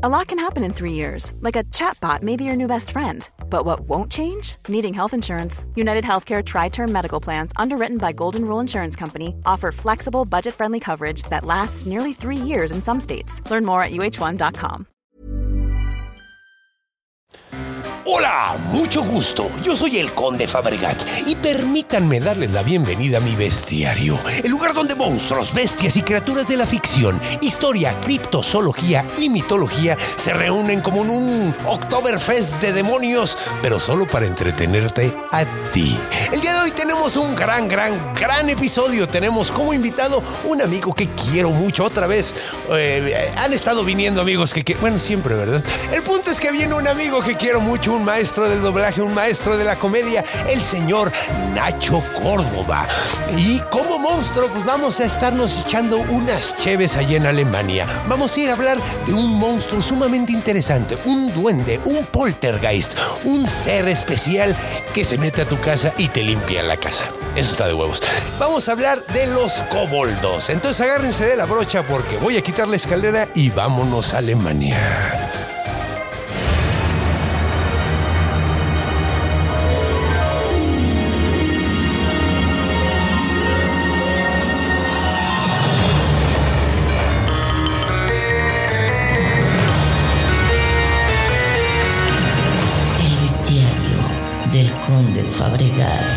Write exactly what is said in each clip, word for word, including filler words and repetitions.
A lot can happen in three years, like a chatbot may be your new best friend. But what won't change? Needing health insurance. United Healthcare Tri-Term Medical Plans, underwritten by Golden Rule Insurance Company, offer flexible, budget-friendly coverage that lasts nearly three years in some states. Learn more at U H one dot com. Hola, mucho gusto. Yo soy el Conde Fabregat y permítanme darles la bienvenida a mi bestiario, el lugar donde monstruos, bestias y criaturas de la ficción, historia, criptozoología y mitología se reúnen como en un Oktoberfest de demonios, pero solo para entretenerte a ti. El día de hoy tenemos un gran, gran, gran episodio. Tenemos como invitado un amigo que quiero mucho. Otra vez, eh, han estado viniendo amigos que, que, bueno, siempre, ¿verdad? El punto es que viene un amigo que quiero mucho, un maestro del doblaje, un maestro de la comedia, el señor Nacho Córdoba. Y como monstruo, pues vamos a estarnos echando unas cheves allá en Alemania. Vamos a ir a hablar de un monstruo sumamente interesante, un duende, un poltergeist, un ser especial que se mete a tu casa y te limpia la casa. Eso está de huevos. Vamos a hablar de los koboldos. Entonces agárrense de la brocha porque voy a quitar la escalera y vámonos a Alemania. Del Conde Fabregat.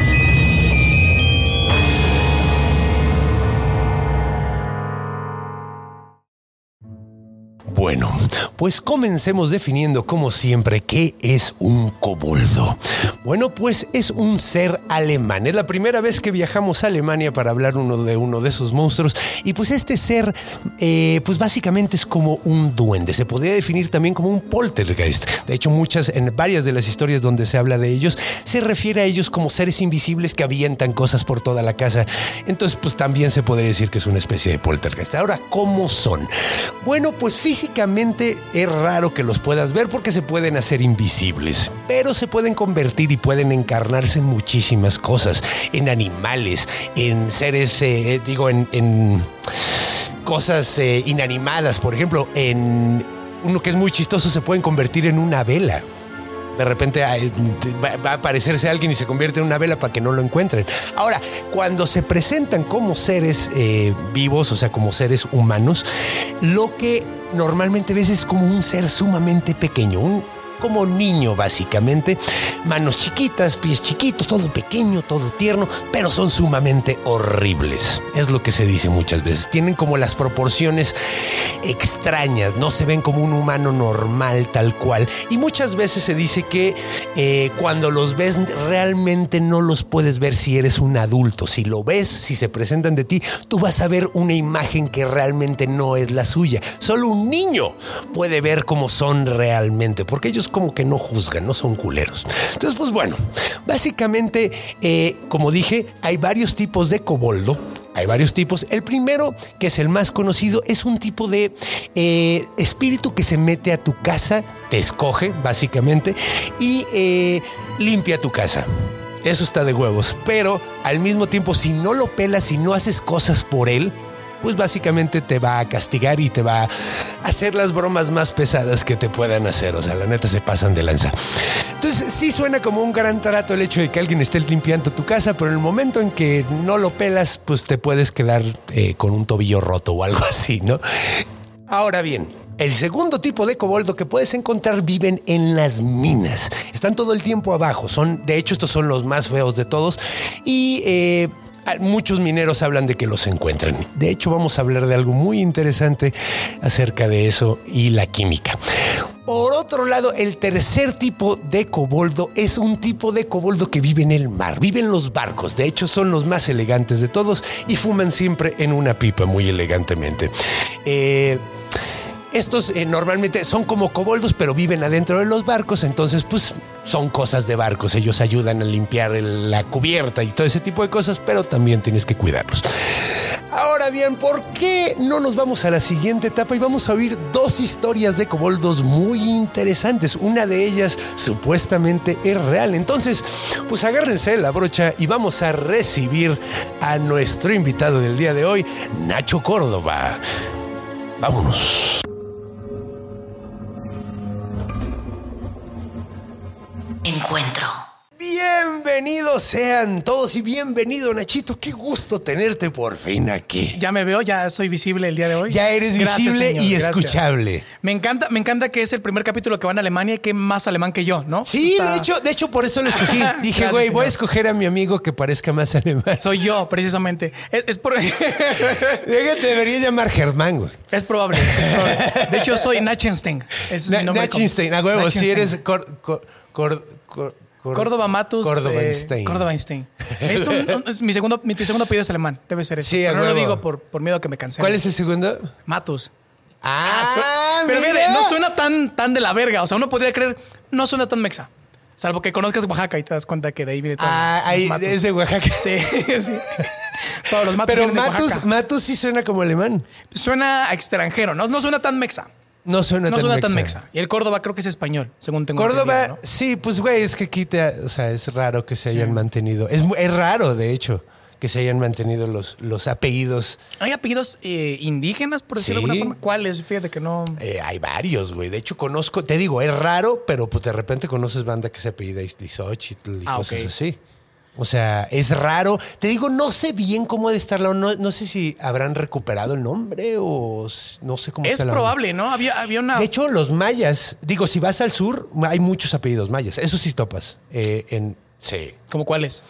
Bueno, pues comencemos definiendo como siempre qué es un koboldo. Bueno, pues es un ser alemán. Es la primera vez que viajamos a Alemania para hablar uno de uno de esos monstruos. Y pues este ser, eh, pues básicamente es como un duende. Se podría definir también como un poltergeist. De hecho, muchas, en varias de las historias donde se habla de ellos, se refiere a ellos como seres invisibles que avientan cosas por toda la casa. Entonces, pues también se podría decir que es una especie de poltergeist. Ahora, ¿cómo son? Bueno, pues físicamente es raro que los puedas ver porque se pueden hacer invisibles, pero se pueden convertir y pueden encarnarse en muchísimas cosas, en animales, en seres, eh, digo, en, en cosas eh, inanimadas. Por ejemplo, en uno que es muy chistoso, se pueden convertir en una vela. De repente va a aparecerse alguien y se convierte en una vela para que no lo encuentren. Ahora, cuando se presentan como seres eh, vivos, o sea, como seres humanos, lo que normalmente ves es como un ser sumamente pequeño, un como niño básicamente, manos chiquitas, pies chiquitos, todo pequeño, todo tierno, pero son sumamente horribles. Es lo que se dice muchas veces. Tienen como las proporciones extrañas, no se ven como un humano normal tal cual. Y muchas veces se dice que eh, cuando los ves realmente no los puedes ver si eres un adulto. Si lo ves, si se presentan de ti, tú vas a ver una imagen que realmente no es la suya. Solo un niño puede ver cómo son realmente, porque ellos como que no juzgan, no son culeros. Entonces, pues bueno, básicamente, eh, como dije, hay varios tipos de koboldo. Hay varios tipos. El primero, que es el más conocido, es un tipo de eh, espíritu que se mete a tu casa, te escoge, básicamente, y eh, limpia tu casa. Eso está de huevos. Pero al mismo tiempo, si no lo pelas, si no haces cosas por él, pues básicamente te va a castigar y te va a hacer las bromas más pesadas que te puedan hacer. O sea, la neta se pasan de lanza. Entonces sí suena como un gran trato el hecho de que alguien esté limpiando tu casa, pero en el momento en que no lo pelas, pues te puedes quedar eh, con un tobillo roto o algo así, ¿no? Ahora bien, el segundo tipo de koboldo que puedes encontrar viven en las minas. Están todo el tiempo abajo. Son, de hecho, estos son los más feos de todos. Y eh, muchos mineros hablan de que los encuentran. De hecho, vamos a hablar de algo muy interesante acerca de eso y la química. Por otro lado, el tercer tipo de koboldo es un tipo de koboldo que vive en el mar, vive en los barcos. De hecho, son los más elegantes de todos y fuman siempre en una pipa muy elegantemente. Eh... Estos eh, normalmente son como koboldos, pero viven adentro de los barcos, entonces pues son cosas de barcos. Ellos ayudan a limpiar el, la cubierta y todo ese tipo de cosas, pero también tienes que cuidarlos. Ahora bien, ¿por qué no nos vamos a la siguiente etapa y vamos a oír dos historias de koboldos muy interesantes? Una de ellas supuestamente es real. Entonces, pues agárrense la brocha y vamos a recibir a nuestro invitado del día de hoy, Nacho Córdoba. Vámonos. encuentro. Bienvenidos sean todos y bienvenido, Nachito. Qué gusto tenerte por fin aquí. Ya me veo, ya soy visible el día de hoy. Ya eres Gracias, visible señor, y gracias. escuchable. Me encanta, me encanta que es el primer capítulo que van a Alemania y que más alemán que yo, ¿no? Sí, Está- de hecho, de hecho por eso lo escogí. Dije, Gracias, güey, voy a señor. escoger a mi amigo que parezca más alemán. Soy yo, precisamente. Es, es, por- Déjate, debería llamar Germán, güey. es probable, es probable. De hecho, soy Nachenstein. Es mi Na- nombre Nachinstein, a huevo, si Nachenstein. eres cor- cor- cor- cor- cor- Córdoba Matus. Córdoba eh, Einstein. Córdoba Einstein. Es un- un- es mi, segundo, mi segundo apellido es alemán. Debe ser eso. Sí, a Pero no lo huevo. digo por, por miedo a que me cancelen. ¿Cuál es el segundo? Matus. Ah, Pero mira. mire, no suena tan, tan de la verga. O sea, uno podría creer, no suena tan mexa. Salvo que conozcas Oaxaca y te das cuenta que de ahí viene todo. Ah, ahí Matus. es de Oaxaca. Sí, sí. Todos los matos Pero vienen de Matus, Oaxaca. Matus sí suena como alemán. Suena a extranjero, no, no suena tan mexa. No suena No tan suena mexa. tan mexa. Y el Córdoba creo que es español, según tengo Córdoba, entendido, ¿no? sí, pues güey, es que aquí te, o sea, es raro que se hayan mantenido. Es, mu- es raro, de hecho, que se hayan mantenido los, los apellidos. ¿Hay apellidos eh, indígenas, por decirlo de Sí. alguna forma? ¿Cuáles? Fíjate que no... Eh, hay varios, güey. De hecho, conozco, te digo, es raro, pero pues de repente conoces banda que se apellida Iztlizochitl y Ah, cosas ok. así. O sea, es raro. Te digo, no sé bien cómo ha de estarlo. No, no sé si habrán recuperado el nombre o s- no sé cómo Es está la onda. probable, ¿no? Había, había una... De hecho, los mayas, digo, si vas al sur, hay muchos apellidos mayas. Eso sí topas. Eh, en, sí. ¿Cómo cuáles?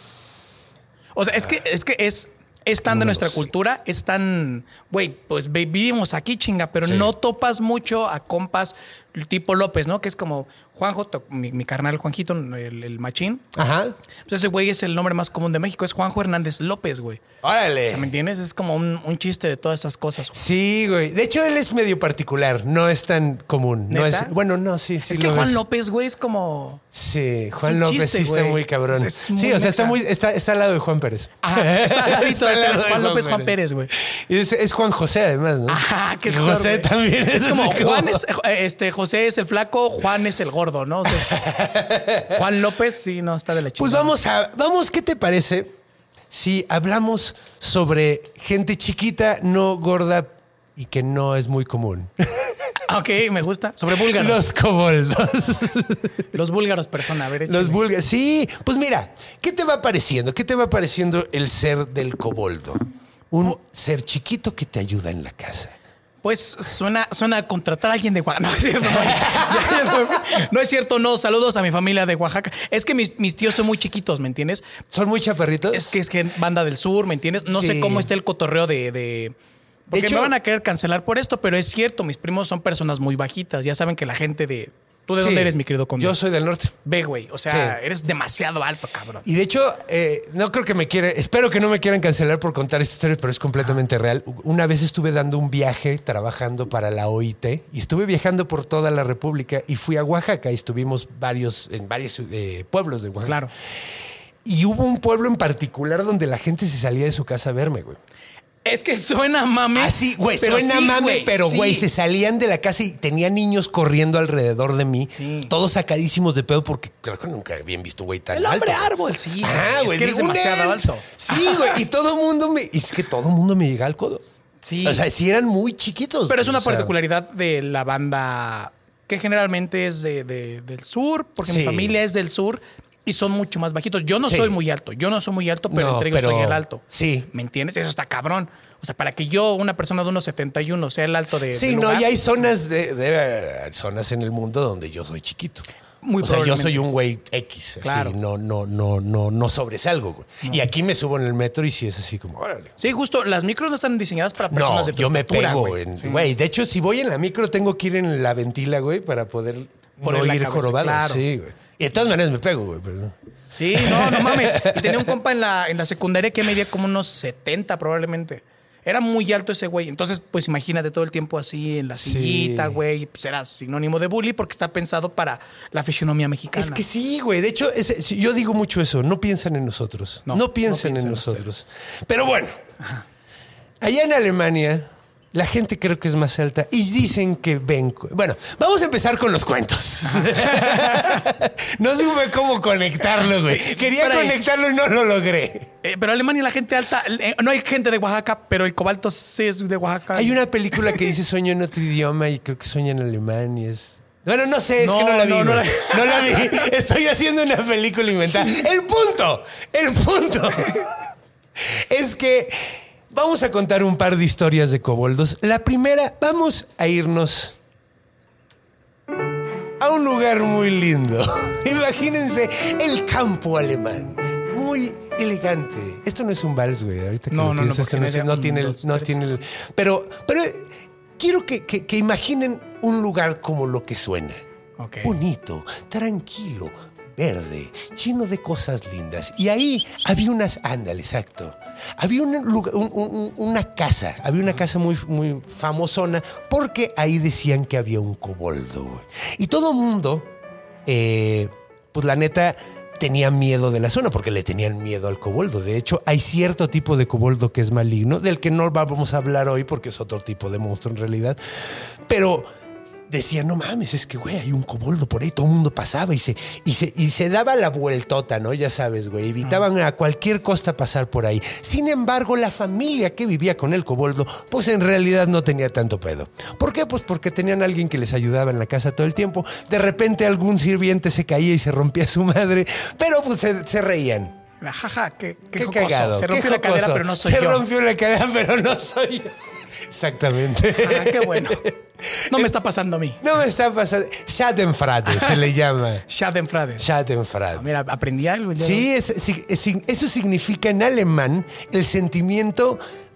O sea, es que es, que es, es tan No de lo nuestra sé. cultura, es tan... Güey, pues vi- vivimos aquí, chinga, pero Sí. no topas mucho a compas tipo López, ¿no? Que es como Juanjo, to- mi, mi carnal Juanjito, el, el machín. Ajá. Entonces ese güey es el nombre más común de México, es Juanjo Hernández López, güey. O Órale. sea, ¿me entiendes? Es como un, un chiste de todas esas cosas. güey. Sí, güey. De hecho, él es medio particular. No es tan común. No ¿Neta? es, bueno, no, sí, sí. es que lo Juan ves. López, güey, es como... Sí, Juan un López chiste, sí está güey. muy cabrón. O sea, es muy sí, o sea, está, mexa. muy, está, está al lado de Juan Pérez. Ajá, está al ladito, Está al lado es de Juan López, Juan Pérez, güey. Y es, es Juan José, además, ¿no? Ajá, que es Y peor, José güey. también. Es como así Juan es, eh, este, José es el flaco, Juan es el gordo, ¿no? O sea, Juan López, sí, no, está de la chingada. Pues vamos a, vamos, ¿qué te parece si hablamos sobre gente chiquita, no gorda y que no es muy común? Ok, me gusta. Sobre búlgaros. Los, Los coboldos. búlgaros, persona, a ver, échale. Los búlgaros. Sí, pues mira, ¿qué te va pareciendo? ¿Qué te va pareciendo el ser del coboldo? Un ser chiquito que te ayuda en la casa. Pues suena, suena a contratar a alguien de Oaxaca. No es cierto. No, no es cierto, no. Saludos a mi familia de Oaxaca. Es que mis, mis tíos son muy chiquitos, ¿me entiendes? ¿Son muy chaparritos? Es que es que banda del sur, ¿me entiendes? No Sí. sé cómo está el cotorreo de... de porque hecho- me van a querer cancelar por esto, pero es cierto, mis primos son personas muy bajitas. Ya saben que la gente de... ¿Tú de Sí. dónde eres, mi querido Conde? Yo soy del norte. Ve, güey. O sea, Sí. eres demasiado alto, cabrón. Y de hecho, eh, no creo que me quieran, espero que no me quieran cancelar por contar esta historia, pero es completamente real. Una vez estuve dando un viaje trabajando para la O I T y estuve viajando por toda la República y fui a Oaxaca y estuvimos varios, en varios eh, pueblos de Oaxaca. Claro. Y hubo un pueblo en particular donde la gente se salía de su casa a verme, güey. Es que suena mame. Así, güey, pero suena sí, mame, güey, pero sí. güey, se salían de la casa y tenía niños corriendo alrededor de mí, Sí. todos sacadísimos de pedo porque creo que nunca habían visto un güey tan El alto. hombre güey. árbol, sí. Ah, Es güey, que eres digo, un demasiado ent. alto. Sí, güey, y todo el mundo me, y es que todo el mundo me llega al codo. Sí. O sea, sí eran muy chiquitos. Pero es güey, una o sea, particularidad de la banda que generalmente es de, de- del sur, porque Sí. mi familia es del sur y son mucho más bajitos. Yo no Sí. soy muy alto, yo no soy muy alto, pero No, entre ellos pero- soy el alto. sí. ¿Me entiendes? Eso está cabrón. O sea, para que yo, una persona de unos setenta y uno, sea el alto de. Sí, del no, lugar, y hay zonas de, de- zonas en el mundo donde yo soy chiquito. Muy o sea, yo probablemente. soy un güey X, Claro. así, no, no, no, no, no sobresalgo, güey. Y aquí me subo en el metro y sí es así como, órale. Sí, justo, las micros no están diseñadas para personas No, de tu yo me estatura, pego, güey. en- Sí. güey. De hecho, si voy en la micro, tengo que ir en la ventila, güey, para poder Poner no la ir cabeza, jorobado. claro. Sí, güey. Y de todas maneras me pego, güey. Pero... Sí, no, no mames. Y tenía un compa en la, en la secundaria que medía como unos setenta probablemente. Era muy alto ese güey. Entonces, pues imagínate todo el tiempo así en la Sí. sillita, güey. Pues era sinónimo de bully porque está pensado para la fisionomía mexicana. Es que sí, güey. De hecho, es- sí, yo digo mucho eso. No piensan en nosotros. No, No, piensan no en piensan nosotros. Pero bueno, allá en Alemania, la gente creo que es más alta y dicen que ven. cu- Bueno, vamos a empezar con los cuentos. No supe cómo conectarlo, güey. Quería Por ahí. conectarlo y no lo logré. Eh, pero Alemania, la gente alta, eh, no hay gente de Oaxaca, pero el cobalto sí es de Oaxaca. Hay una película que dice sueño en otro idioma y creo que sueña en alemán y es... Bueno, no sé, es No, que no la vi. no, no güey. la- No la vi. Estoy haciendo una película inventada. El punto, el punto es que vamos a contar un par de historias de koboldos. La primera, vamos a irnos a un lugar muy lindo. Imagínense el campo alemán. Muy elegante. Esto no es un vals, güey. Ahorita que No, lo no, no, pienso, esto porque no, tiene es- no un, tiene el, dos, no tres. tiene el. Pero, pero quiero que, que, que imaginen un lugar como lo que suena. Ok. Bonito, tranquilo, verde, lleno de cosas lindas. Y ahí había unas, ándale, exacto. Había un lugar, un- un- una casa, había una casa muy, muy famosona porque ahí decían que había un koboldo, güey. Y todo el mundo, eh, pues la neta, tenía miedo de la zona porque le tenían miedo al koboldo. De hecho, hay cierto tipo de koboldo que es maligno, del que no vamos a hablar hoy porque es otro tipo de monstruo en realidad. Pero decían, no mames, es que, güey, hay un koboldo por ahí. Todo el mundo pasaba y se, y se, y se daba la vueltota, ¿no? Ya sabes, güey. Evitaban a cualquier costa pasar por ahí. Sin embargo, la familia que vivía con el koboldo, pues en realidad no tenía tanto pedo. ¿Por qué? Pues porque tenían a alguien que les ayudaba en la casa todo el tiempo. De repente algún sirviente se caía y se rompía su madre, pero pues se, se reían. Jaja, qué, qué, Qué jocoso. cagado. Se rompió qué la cadera, jocoso. pero no soy Se yo. rompió la cadera, pero no soy yo. Exactamente. Ah, qué bueno. No me está pasando a mí. No me está pasando. Schadenfreude se le llama. Schadenfreude. Schadenfreude. Mira, aprendí algo. ya. Sí, es- sí, es- eso significa en alemán el sentimiento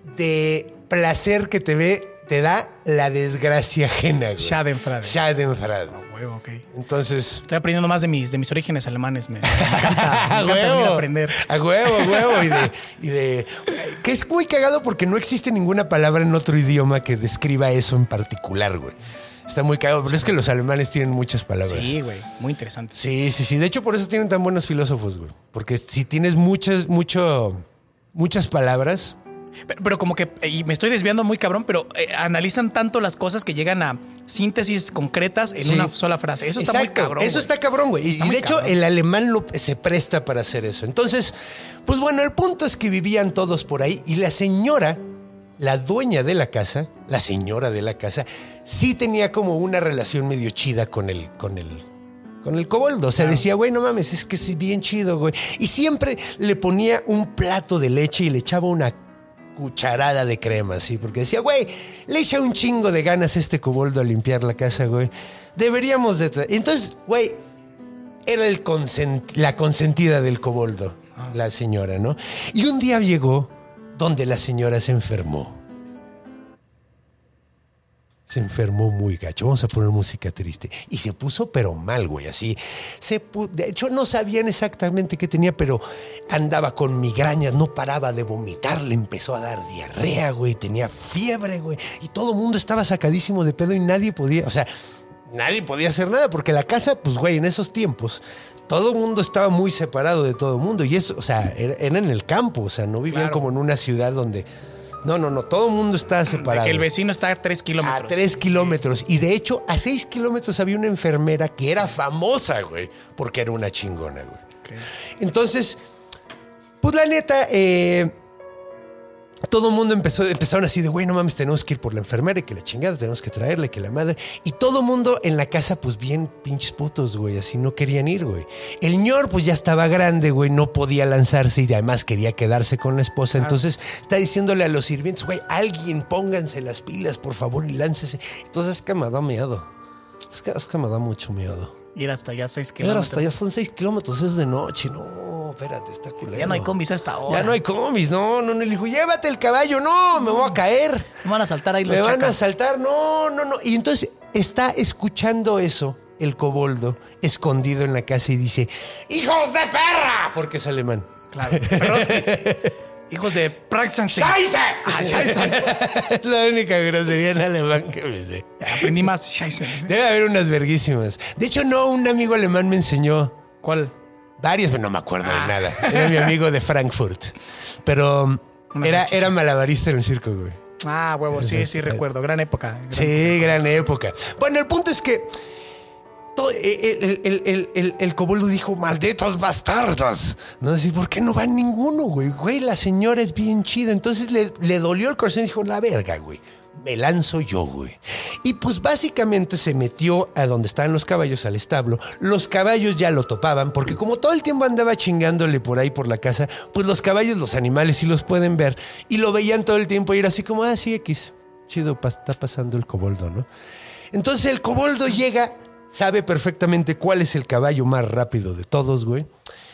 de placer que te ve, te da la desgracia ajena. güey. Schadenfreude. Schadenfreude. Huevo, ok. Entonces, Estoy aprendiendo más de mis, de mis orígenes alemanes. Me, me encanta, me a encanta venir a huevo, aprender. a huevo, a huevo. Y de, y de- que es muy cagado porque no existe ninguna palabra en otro idioma que describa eso en particular, güey. Está muy cagado, pero es que los alemanes tienen muchas palabras. Sí, güey. Muy interesante. Sí, sí, sí. De hecho, por eso tienen tan buenos filósofos, güey. Porque si tienes muchas, mucho, muchas palabras. Pero, pero como que, y me estoy desviando muy cabrón, pero eh, analizan tanto las cosas que llegan a síntesis concretas en Sí. una sola frase. Eso está muy Exacto, cabrón. Eso güey. está cabrón, güey. Y, Está y muy de hecho, cabrón. el alemán lo- se presta para hacer eso. Entonces, pues bueno, el punto es que vivían todos por ahí y la señora, la dueña de la casa, la señora de la casa, sí tenía como una relación medio chida con el, con el, con el koboldo. O sea, decía, güey, no mames, es que es bien chido, güey. Y siempre le ponía un plato de leche y le echaba una cucharada de crema, sí, porque decía, güey, le echa un chingo de ganas este koboldo a limpiar la casa, güey. Deberíamos de... tra-". Entonces, güey, era el consent- la consentida del koboldo, la señora, ¿no? Y un día llegó donde la señora se enfermó. Se enfermó muy gacho. Vamos a poner música triste. Y se puso pero mal, güey, así. Se pu- de hecho, no sabían exactamente qué tenía, pero andaba con migrañas, no paraba de vomitar, le empezó a dar diarrea, güey, tenía fiebre, güey. Y todo el mundo estaba sacadísimo de pedo y nadie podía, o sea, nadie podía hacer nada porque la casa, pues, güey, en esos tiempos, todo el mundo estaba muy separado de todo el mundo. Y eso, o sea, era, era en el campo, o sea, no vivían Claro. como en una ciudad donde... No, no, no, todo el mundo estaba De separado. que el vecino está a tres kilómetros. A tres kilómetros. Y de hecho, a seis kilómetros había una enfermera que era famosa, güey, porque era una chingona, güey. Ok. Entonces, pues la neta, eh, todo el mundo empezó, empezaron así de, güey, no mames, tenemos que ir por la enfermera y que la chingada, tenemos que traerle, que la madre. Y todo el mundo en la casa, pues bien pinches putos, güey, así no querían ir, güey. El ñor, pues ya estaba grande, güey, no podía lanzarse y además quería quedarse con la esposa. Entonces está diciéndole a los sirvientes, güey, alguien pónganse las pilas, por favor, y láncese. Entonces es que me da miedo. Es que, es que me da mucho miedo. Ir hasta allá seis Pero kilómetros. hasta ya son seis kilómetros, es de noche. No, espérate, está culero. Ya no hay combis a esta hora. Ya no hay combis, no, no, no. Le dijo, llévate el caballo, no, me voy a caer. Me van a saltar ahí los Me van a chacas. saltar, no, no, no. Y entonces está escuchando eso el koboldo escondido en la casa y dice, ¡hijos de perra! Porque es alemán. Claro. Perroskis. Hijos de Praxenstein. ¡Scheiße! Ah, Scheiße. Es la única grosería en alemán que me sé. Ya aprendí más. Scheiße. Debe haber unas verguísimas. De hecho, no, un amigo alemán me enseñó ¿Cuál? varias, pero no me acuerdo Ah. de nada. Era mi amigo de Frankfurt. Pero um, Una era, salchicha. era malabarista en el circo, güey. Ah, huevo, sí, sí, recuerdo. Gran época. Gran- Sí, gran época. Bueno, el punto es que todo- el, el, el, el, el, el koboldo dijo, malditos bastardos. No, así, ¿por qué no va ninguno, güey? Güey, la señora es bien chida. Entonces le, le dolió el corazón y dijo, la verga, güey. me lanzo yo, güey. Y pues básicamente se metió a donde estaban los caballos, al establo. Los caballos ya lo topaban, porque como todo el tiempo andaba chingándole por ahí por la casa, pues los caballos, los animales sí los pueden ver. Y lo veían todo el tiempo y era así como, ah, sí, X. Chido, pa- está pasando el koboldo, ¿no? Entonces el koboldo llega, sabe perfectamente cuál es el caballo más rápido de todos, güey.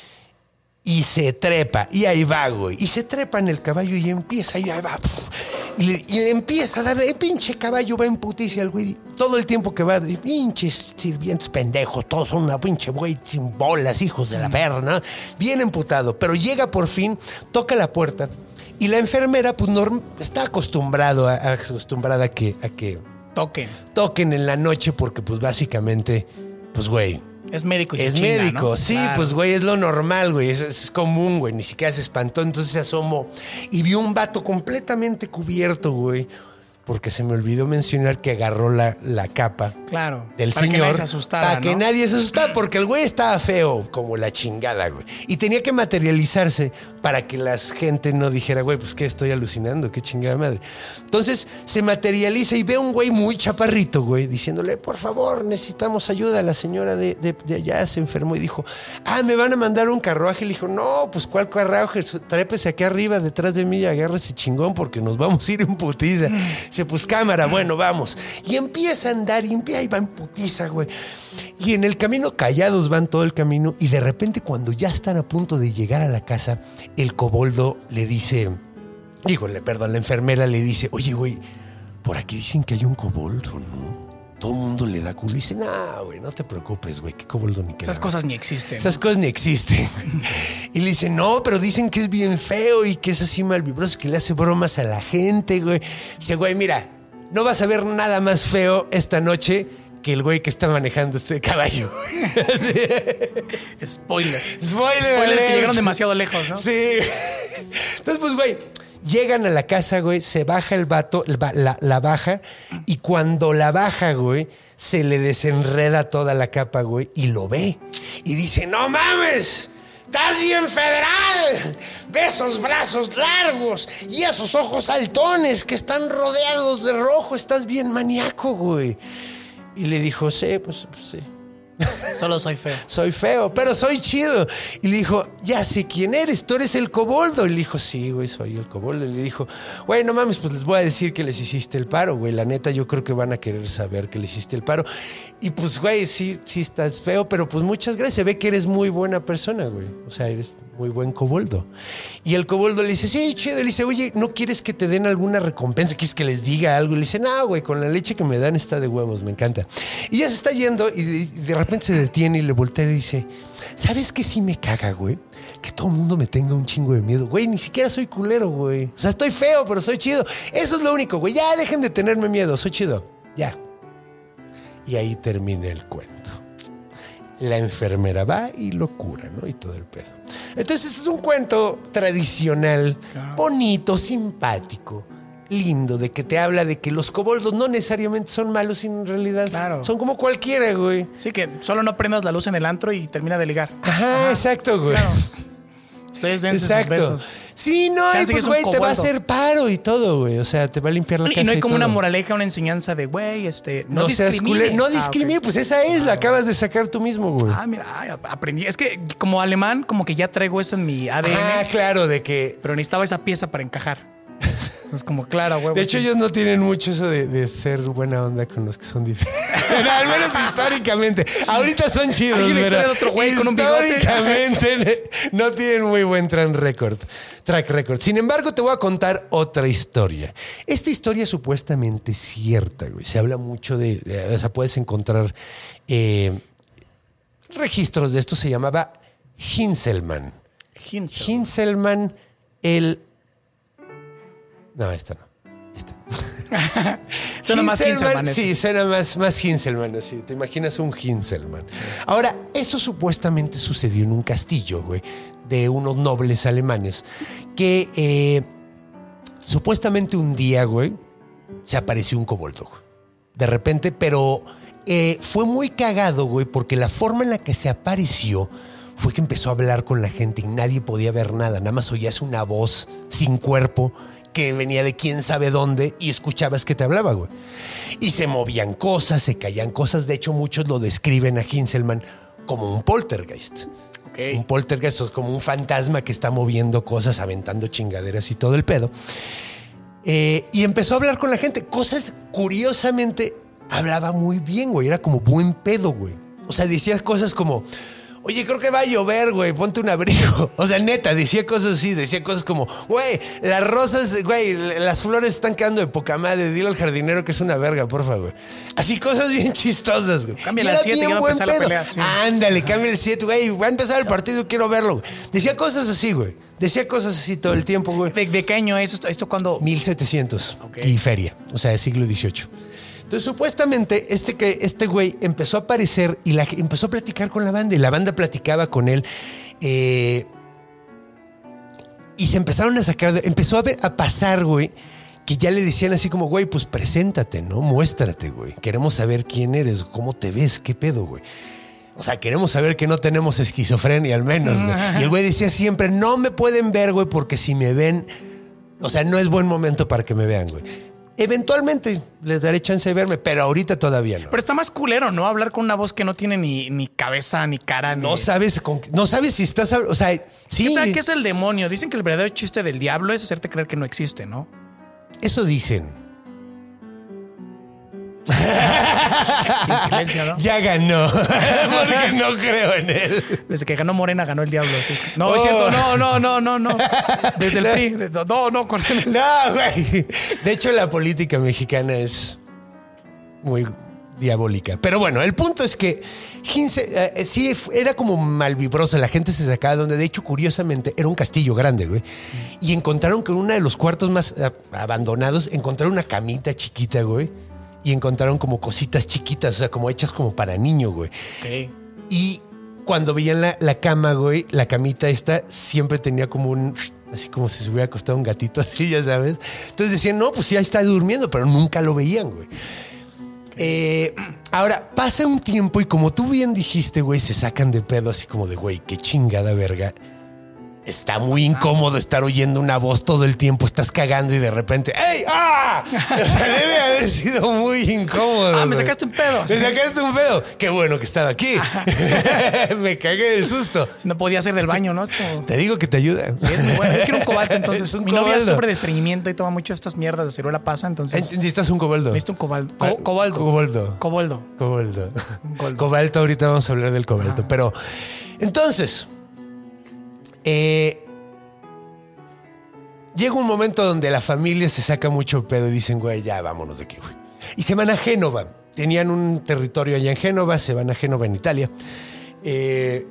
Y se trepa, y ahí va, güey. Y se trepa en el caballo y empieza, y ahí va. Y le, y le empieza a dar, el pinche caballo va en puticia al güey. Todo el tiempo que va, de pinches sirvientes pendejos, todos son una pinche güey sin bolas, hijos de la perra, ¿no? Bien emputado. Pero llega por fin, toca la puerta. Y la enfermera, pues, norm, está acostumbrado a, a, acostumbrada a que, a que Toquen. toquen en la noche, porque, pues, básicamente, pues, güey. Es médico y se Es chinga, médico, ¿no? sí, Claro. pues güey, es lo normal, güey, es, es común, güey, ni siquiera se espantó, entonces se asomó y vio un vato completamente cubierto, güey, porque se me olvidó mencionar que agarró la, la capa Claro. del para señor. que nadie se asustara, Para que ¿no? nadie se asustara, porque el güey estaba feo como la chingada, güey. Y tenía que materializarse para que la gente no dijera, güey, pues qué, estoy alucinando, qué chingada madre. Entonces se materializa y ve a un güey muy chaparrito, güey, diciéndole, por favor, necesitamos ayuda. La señora de, de, de allá se enfermó y dijo, ah, me van a mandar un carruaje. Le dijo, no, pues ¿cuál carruaje? Trépese aquí arriba, detrás de mí y agárrese chingón porque nos vamos a ir en putiza. Dice, pues cámara, bueno, vamos. Y empieza a andar y empieza, y va en putiza, güey. Y en el camino, callados van todo el camino, y de repente cuando ya están a punto de llegar a la casa, el koboldo le dice, dígole, perdón, la enfermera le dice, oye, güey, por aquí dicen que hay un koboldo, ¿no? Todo el mundo le da culo y dice, no, güey, no te preocupes, güey, qué koboldo ni qué. Esas cosas ni existen. Esas cosas ni existen. Y le dice, no, pero dicen que es bien feo y que es así malvibroso, que le hace bromas a la gente, güey. Dice, güey, mira, no vas a ver nada más feo esta noche que el güey que está manejando este caballo. Spoiler. Spoiler. Spoilers alert. que llegaron demasiado lejos, ¿no? Sí. Entonces, pues, güey, llegan a la casa, güey, se baja el vato, la, la baja, y cuando la baja, güey, se le desenreda toda la capa, güey, y lo ve. Y dice, no mames, estás bien federal. Ve esos brazos largos y esos ojos altones que están rodeados de rojo. Estás bien maníaco, güey. Y le dijo, sí, pues, pues sí. Solo soy feo. Soy feo, pero soy chido. Y le dijo, ya sé quién eres, tú eres el koboldo. Y le dijo, sí, güey, soy el koboldo. Y le dijo, güey, no mames, pues les voy a decir que les hiciste el paro, güey. La neta, yo creo que van a querer saber que les hiciste el paro. Y pues, güey, sí, sí estás feo, pero pues muchas gracias. Se ve que eres muy buena persona, güey. O sea, eres muy buen koboldo. Y el koboldo le dice, sí, chido. Le dice, oye, ¿no quieres que te den alguna recompensa? ¿Quieres que les diga algo? Y le dice, no, güey, con la leche que me dan está de huevos, me encanta. Y ya se está yendo y de repente se detiene y le voltea y le dice, ¿sabes qué sí me caga, güey? Que todo el mundo me tenga un chingo de miedo. Güey, ni siquiera soy culero, güey. O sea, estoy feo, pero soy chido. Eso es lo único, güey. Ya dejen de tenerme miedo, soy chido. Ya. Y ahí termina el cuento. La enfermera va y lo cura, ¿no? Y todo el pedo. Entonces es un cuento tradicional, Claro. bonito, simpático, lindo, de que te habla de que los koboldos no necesariamente son malos, sino en realidad Claro. son como cualquiera, güey. Sí, que solo no prendas la luz en el antro y termina de ligar. Ajá, exacto, güey. Claro. Ustedes dense sus Exacto. besos. Sí, no, y Chance que pues, es un güey, te va a koboldo. hacer paro y todo, güey. O sea, te va a limpiar la Y casa no hay y como todo. una moraleja, una enseñanza de, güey, este, no, No, seas discrimine. culero. No Ah, discrimine, ok. pues esa es, la acabas de sacar tú mismo, güey. Ah, mira, ay, aprendí. Es que como alemán, como que ya traigo eso en mi A D N, Ah, claro, de que... pero necesitaba esa pieza para encajar. Entonces, como claro, güey. De hecho, ellos no tienen mucho eso de, de ser buena onda con los que son diferentes. Al menos históricamente. Ahorita son chidos, Hay una pero historia de otro güey con un bigote. históricamente no tienen muy buen track record. Track record. Sin embargo, te voy a contar otra historia. Esta historia es supuestamente cierta, güey. Se habla mucho de... de- o sea, puedes encontrar eh, registros de esto. Se llamaba Hinselmann. Hinzel. Hinselmann, el... No, esta no. Esta. Suena más Hinselmann eso. Sí, suena más, más Hinselmann. Así. Te imaginas un Hinselmann. Ahora, esto supuestamente sucedió en un castillo, güey, de unos nobles alemanes que eh, supuestamente un día, güey, se apareció un koboldo, güey. De repente, pero eh, fue muy cagado, güey, porque la forma en la que se apareció fue que empezó a hablar con la gente y nadie podía ver nada. Nada más oías una voz sin cuerpo que venía de quién sabe dónde y escuchabas que te hablaba, güey. Y se movían cosas, se caían cosas. De hecho, muchos lo describen a Heinzelman como un poltergeist. Okay. Un poltergeist es como un fantasma que está moviendo cosas, aventando chingaderas y todo el pedo. Eh, y empezó a hablar con la gente. Cosas, curiosamente, hablaba muy bien, güey. Era como buen pedo, güey. O sea, decías cosas como... Oye, creo que va a llover, güey, ponte un abrigo. O sea, neta, decía cosas así, decía cosas como, güey, las rosas, güey, las flores están quedando de poca madre, dile al jardinero que es una verga, porfa, güey. Así cosas bien chistosas, güey. Cambia la siete que va a empezar la pelea. Sí. Ándale, cambia el siete, güey, va a empezar el partido, quiero verlo, güey. Decía cosas así, güey. Decía cosas así todo el tiempo, güey. ¿De, de qué año es esto? ¿Esto cuándo? mil setecientos Okay. Y feria, o sea, siglo dieciocho. Entonces, supuestamente, este, que, este güey empezó a aparecer y la, empezó a platicar con la banda y la banda platicaba con él. Eh, y se empezaron a sacar, de, empezó a, ver, a pasar, güey, que ya le decían así como, güey, pues preséntate, ¿no? Muéstrate, güey. Queremos saber quién eres, cómo te ves, qué pedo, güey. O sea, queremos saber que no tenemos esquizofrenia al menos, güey. Y el güey decía siempre, no me pueden ver, güey, porque si me ven, o sea, no es buen momento para que me vean, güey. Eventualmente les daré chance de verme, pero ahorita todavía no. Pero está más culero, ¿no? Hablar con una voz que no tiene ni, ni cabeza, ni cara, No ni... sabes, con, no sabes si estás... O sea, sí. ¿Qué tal que es el demonio? Dicen que el verdadero chiste del diablo es hacerte creer que no existe, ¿no? Eso dicen. En silencio, ¿no? Ya ganó. Porque no creo en él. Desde que ganó Morena, ganó el diablo. Sí. No, Oh. es cierto. No, no, no, no, no. Desde el P R I. No, no, con él. No, güey. De hecho, la política mexicana es muy diabólica. Pero bueno, el punto es que Heinze, eh, sí era como malvibrosa. La gente se sacaba donde, de hecho, curiosamente, era un castillo grande, güey. Y encontraron que en uno de los cuartos más eh, abandonados, encontraron una camita chiquita, güey. Y encontraron como cositas chiquitas, o sea, como hechas como para niño, güey. Okay. Y cuando veían la, la cama, güey, la camita esta siempre tenía como un... Así como si se hubiera acostado un gatito así, ya sabes. Entonces decían, no, pues ya está durmiendo, pero nunca lo veían, güey. Eh, ahora, pasa un tiempo y como tú bien dijiste, güey, se sacan de pedo así como de, güey, qué chingada verga. Está muy incómodo estar oyendo una voz todo el tiempo, estás cagando y de repente, ¡ey! ¡Ah! O sea, debe haber sido muy incómodo. Ah, me güey. sacaste un pedo. Me sacaste un pedo. Qué bueno que estaba aquí. Me cagué del susto. No podía hacer del baño, ¿no? Es como... Te digo que te ayuda. Sí, es muy bueno. Yo quiero un cobalto, entonces. Es un Mi novia cobalto. sufre de estreñimiento y toma mucho estas mierdas de ciruela pasa, entonces... Necesitas un cobalto. Necesito un cobalto. Co cobalto. Cobalto. Cobalto. Cobalto. Cobalto. Cobalto, ahorita vamos a hablar del cobalto. Ah. Pero, entonces, eh, llega un momento donde la familia se saca mucho pedo y dicen, güey, ya vámonos de aquí, güey. Y se van a Génova. Tenían un territorio allá en Génova, se van a Génova en Italia. Eh,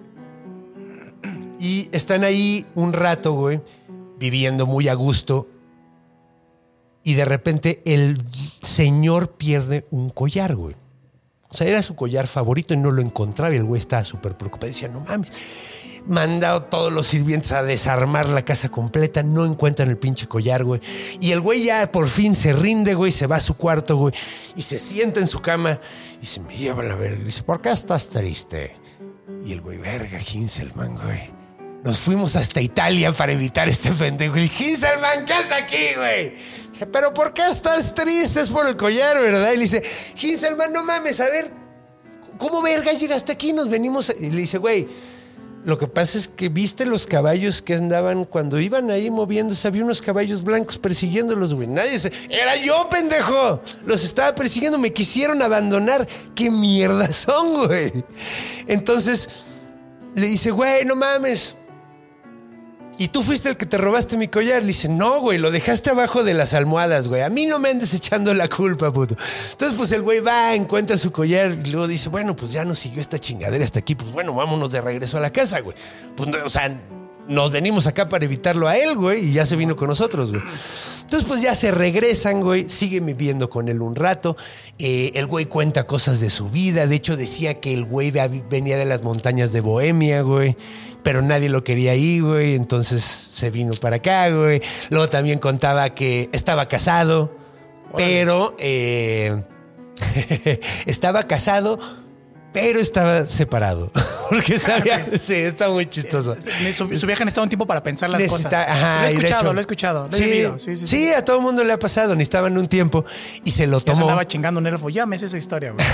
y están ahí un rato, güey, viviendo muy a gusto. Y de repente el señor pierde un collar, güey. O sea, era su collar favorito y no lo encontraba y el güey estaba súper preocupado. Decía, no mames. Mandado todos los sirvientes a desarmar la casa completa, no encuentran el pinche collar, güey. Y el güey ya por fin se rinde, güey, se va a su cuarto, güey, y se sienta en su cama y se me lleva la verga. Y dice, ¿por qué estás triste? Y el güey, verga, Heinzelman, güey. Nos fuimos hasta Italia para evitar este pendejo. Y Heinzelman, ¿qué haces aquí, güey? Dice, ¿pero por qué estás triste? Es por el collar, ¿verdad? Y le dice, Heinzelman, no mames, a ver, ¿cómo verga llegaste aquí? Nos venimos... A... Y le dice, güey, lo que pasa es que viste los caballos que andaban cuando iban ahí moviéndose. Había unos caballos blancos persiguiéndolos, güey. Nadie se... ¡Era yo, pendejo! Los estaba persiguiendo, me quisieron abandonar. ¿Qué mierda son, güey? Entonces le dice, güey, no mames. ¿Y tú fuiste el que te robaste mi collar? Le dice, no, güey, lo dejaste abajo de las almohadas, güey. A mí no me andes echando la culpa, puto. Entonces, pues el güey va, encuentra su collar y luego dice, bueno, pues ya nos siguió esta chingadera hasta aquí. Pues bueno, vámonos de regreso a la casa, güey. Pues, o sea, nos venimos acá para evitarlo a él, güey, y ya se vino con nosotros, güey. Entonces, pues ya se regresan, güey, siguen viviendo con él un rato. Eh, el güey cuenta cosas de su vida. De hecho, decía que el güey venía de las montañas de Bohemia, güey. Pero nadie lo quería ahí, güey. Entonces se vino para acá, güey. Luego también contaba que estaba casado, bueno. pero eh, estaba casado, pero estaba separado. porque sabía... Sí, está muy chistoso. Su, su vieja necesitaba un tiempo para pensar las Necesita, cosas. Ajá, lo he escuchado, hecho, lo he escuchado. Lo he sí, vivido. Sí, sí, sí. sí, a todo el mundo le ha pasado. Necesitaban un tiempo y se lo Ya se tomó. andaba chingando un elfo. Ya me sé esa historia, güey.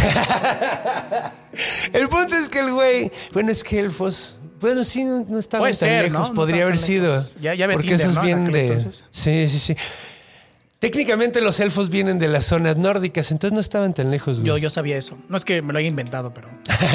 El punto es que el güey... Bueno, es que elfos... Bueno, sí, no, no estaban Puede tan ser, lejos. ¿no? No Podría estaban haber tan sido. lejos. Ya- ya había porque Tinder, eso es ¿no? En bien aquel de... entonces. Sí, sí, sí. Técnicamente los elfos vienen de las zonas nórdicas, entonces no estaban tan lejos, güey. Yo, yo sabía eso. No es que me lo haya inventado, pero...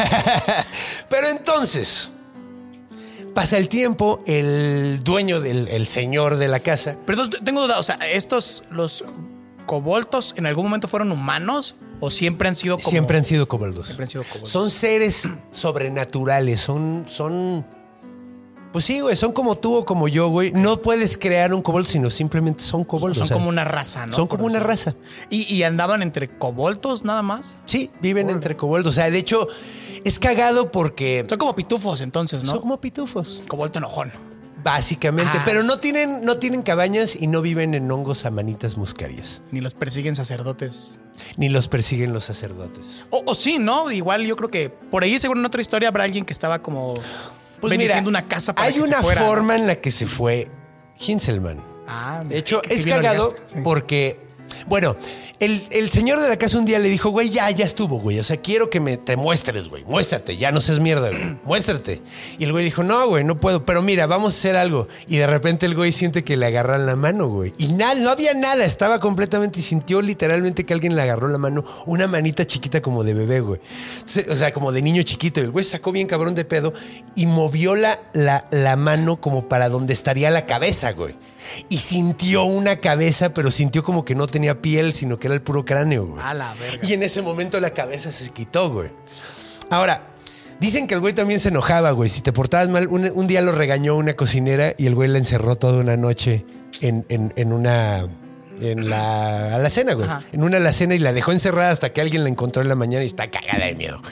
Pero entonces, pasa el tiempo, el dueño del el señor de la casa. Pero entonces, tengo duda. O sea, ¿estos, los coboltos, en algún momento fueron humanos? ¿O siempre han sido como...? Siempre han sido koboldos. Siempre han sido koboldos. Son seres sobrenaturales, son, son... Pues sí, güey, son como tú o como yo, güey. No puedes crear un kobold, sino simplemente son koboldos. Son o sea, como una raza, ¿no? Son Por como una decirlo. raza. ¿Y, y andaban entre coboltos nada más? Sí, viven entre koboldos. O sea, de hecho, es cagado porque Son como pitufos entonces, ¿no? son como pitufos. Cobolto enojón. Básicamente, Ah. pero no tienen, no tienen cabañas y no viven en hongos a manitas muscarias. Ni los persiguen sacerdotes. Ni los persiguen los sacerdotes. O, o sí, ¿no? Igual yo creo que por ahí, seguro en otra historia, habrá alguien que estaba como Pues bendiciendo mira, una casa para hay que se una fuera, ¿no? forma en la que se fue Hinselman. Ah, De hecho, que es sí bien lo cagado ligaste, sí. porque, bueno, el, el señor de la casa un día le dijo, güey, ya, ya estuvo, güey. O sea, quiero que me te muestres, güey. Muéstrate, ya no seas mierda, güey. Muéstrate. Y el güey dijo, no, güey, no puedo. Pero mira, vamos a hacer algo. Y de repente el güey siente que le agarran la mano, güey. Y nada, no había nada. Estaba completamente y sintió literalmente que alguien le agarró la mano. Una manita chiquita como de bebé, güey. O sea, como de niño chiquito. Y el güey sacó bien cabrón de pedo y movió la, la, la mano como para donde estaría la cabeza, güey. Y sintió una cabeza, pero sintió como que no tenía piel, sino que era el puro cráneo, güey. A la verga. Y en ese momento la cabeza se quitó, güey. Ahora, dicen que el güey también se enojaba, güey. Si te portabas mal, un, un día lo regañó una cocinera y el güey la encerró toda una noche en, en, en una... En la alacena, güey. Ajá. En una alacena y la dejó encerrada hasta que alguien la encontró en la mañana y está cagada de miedo.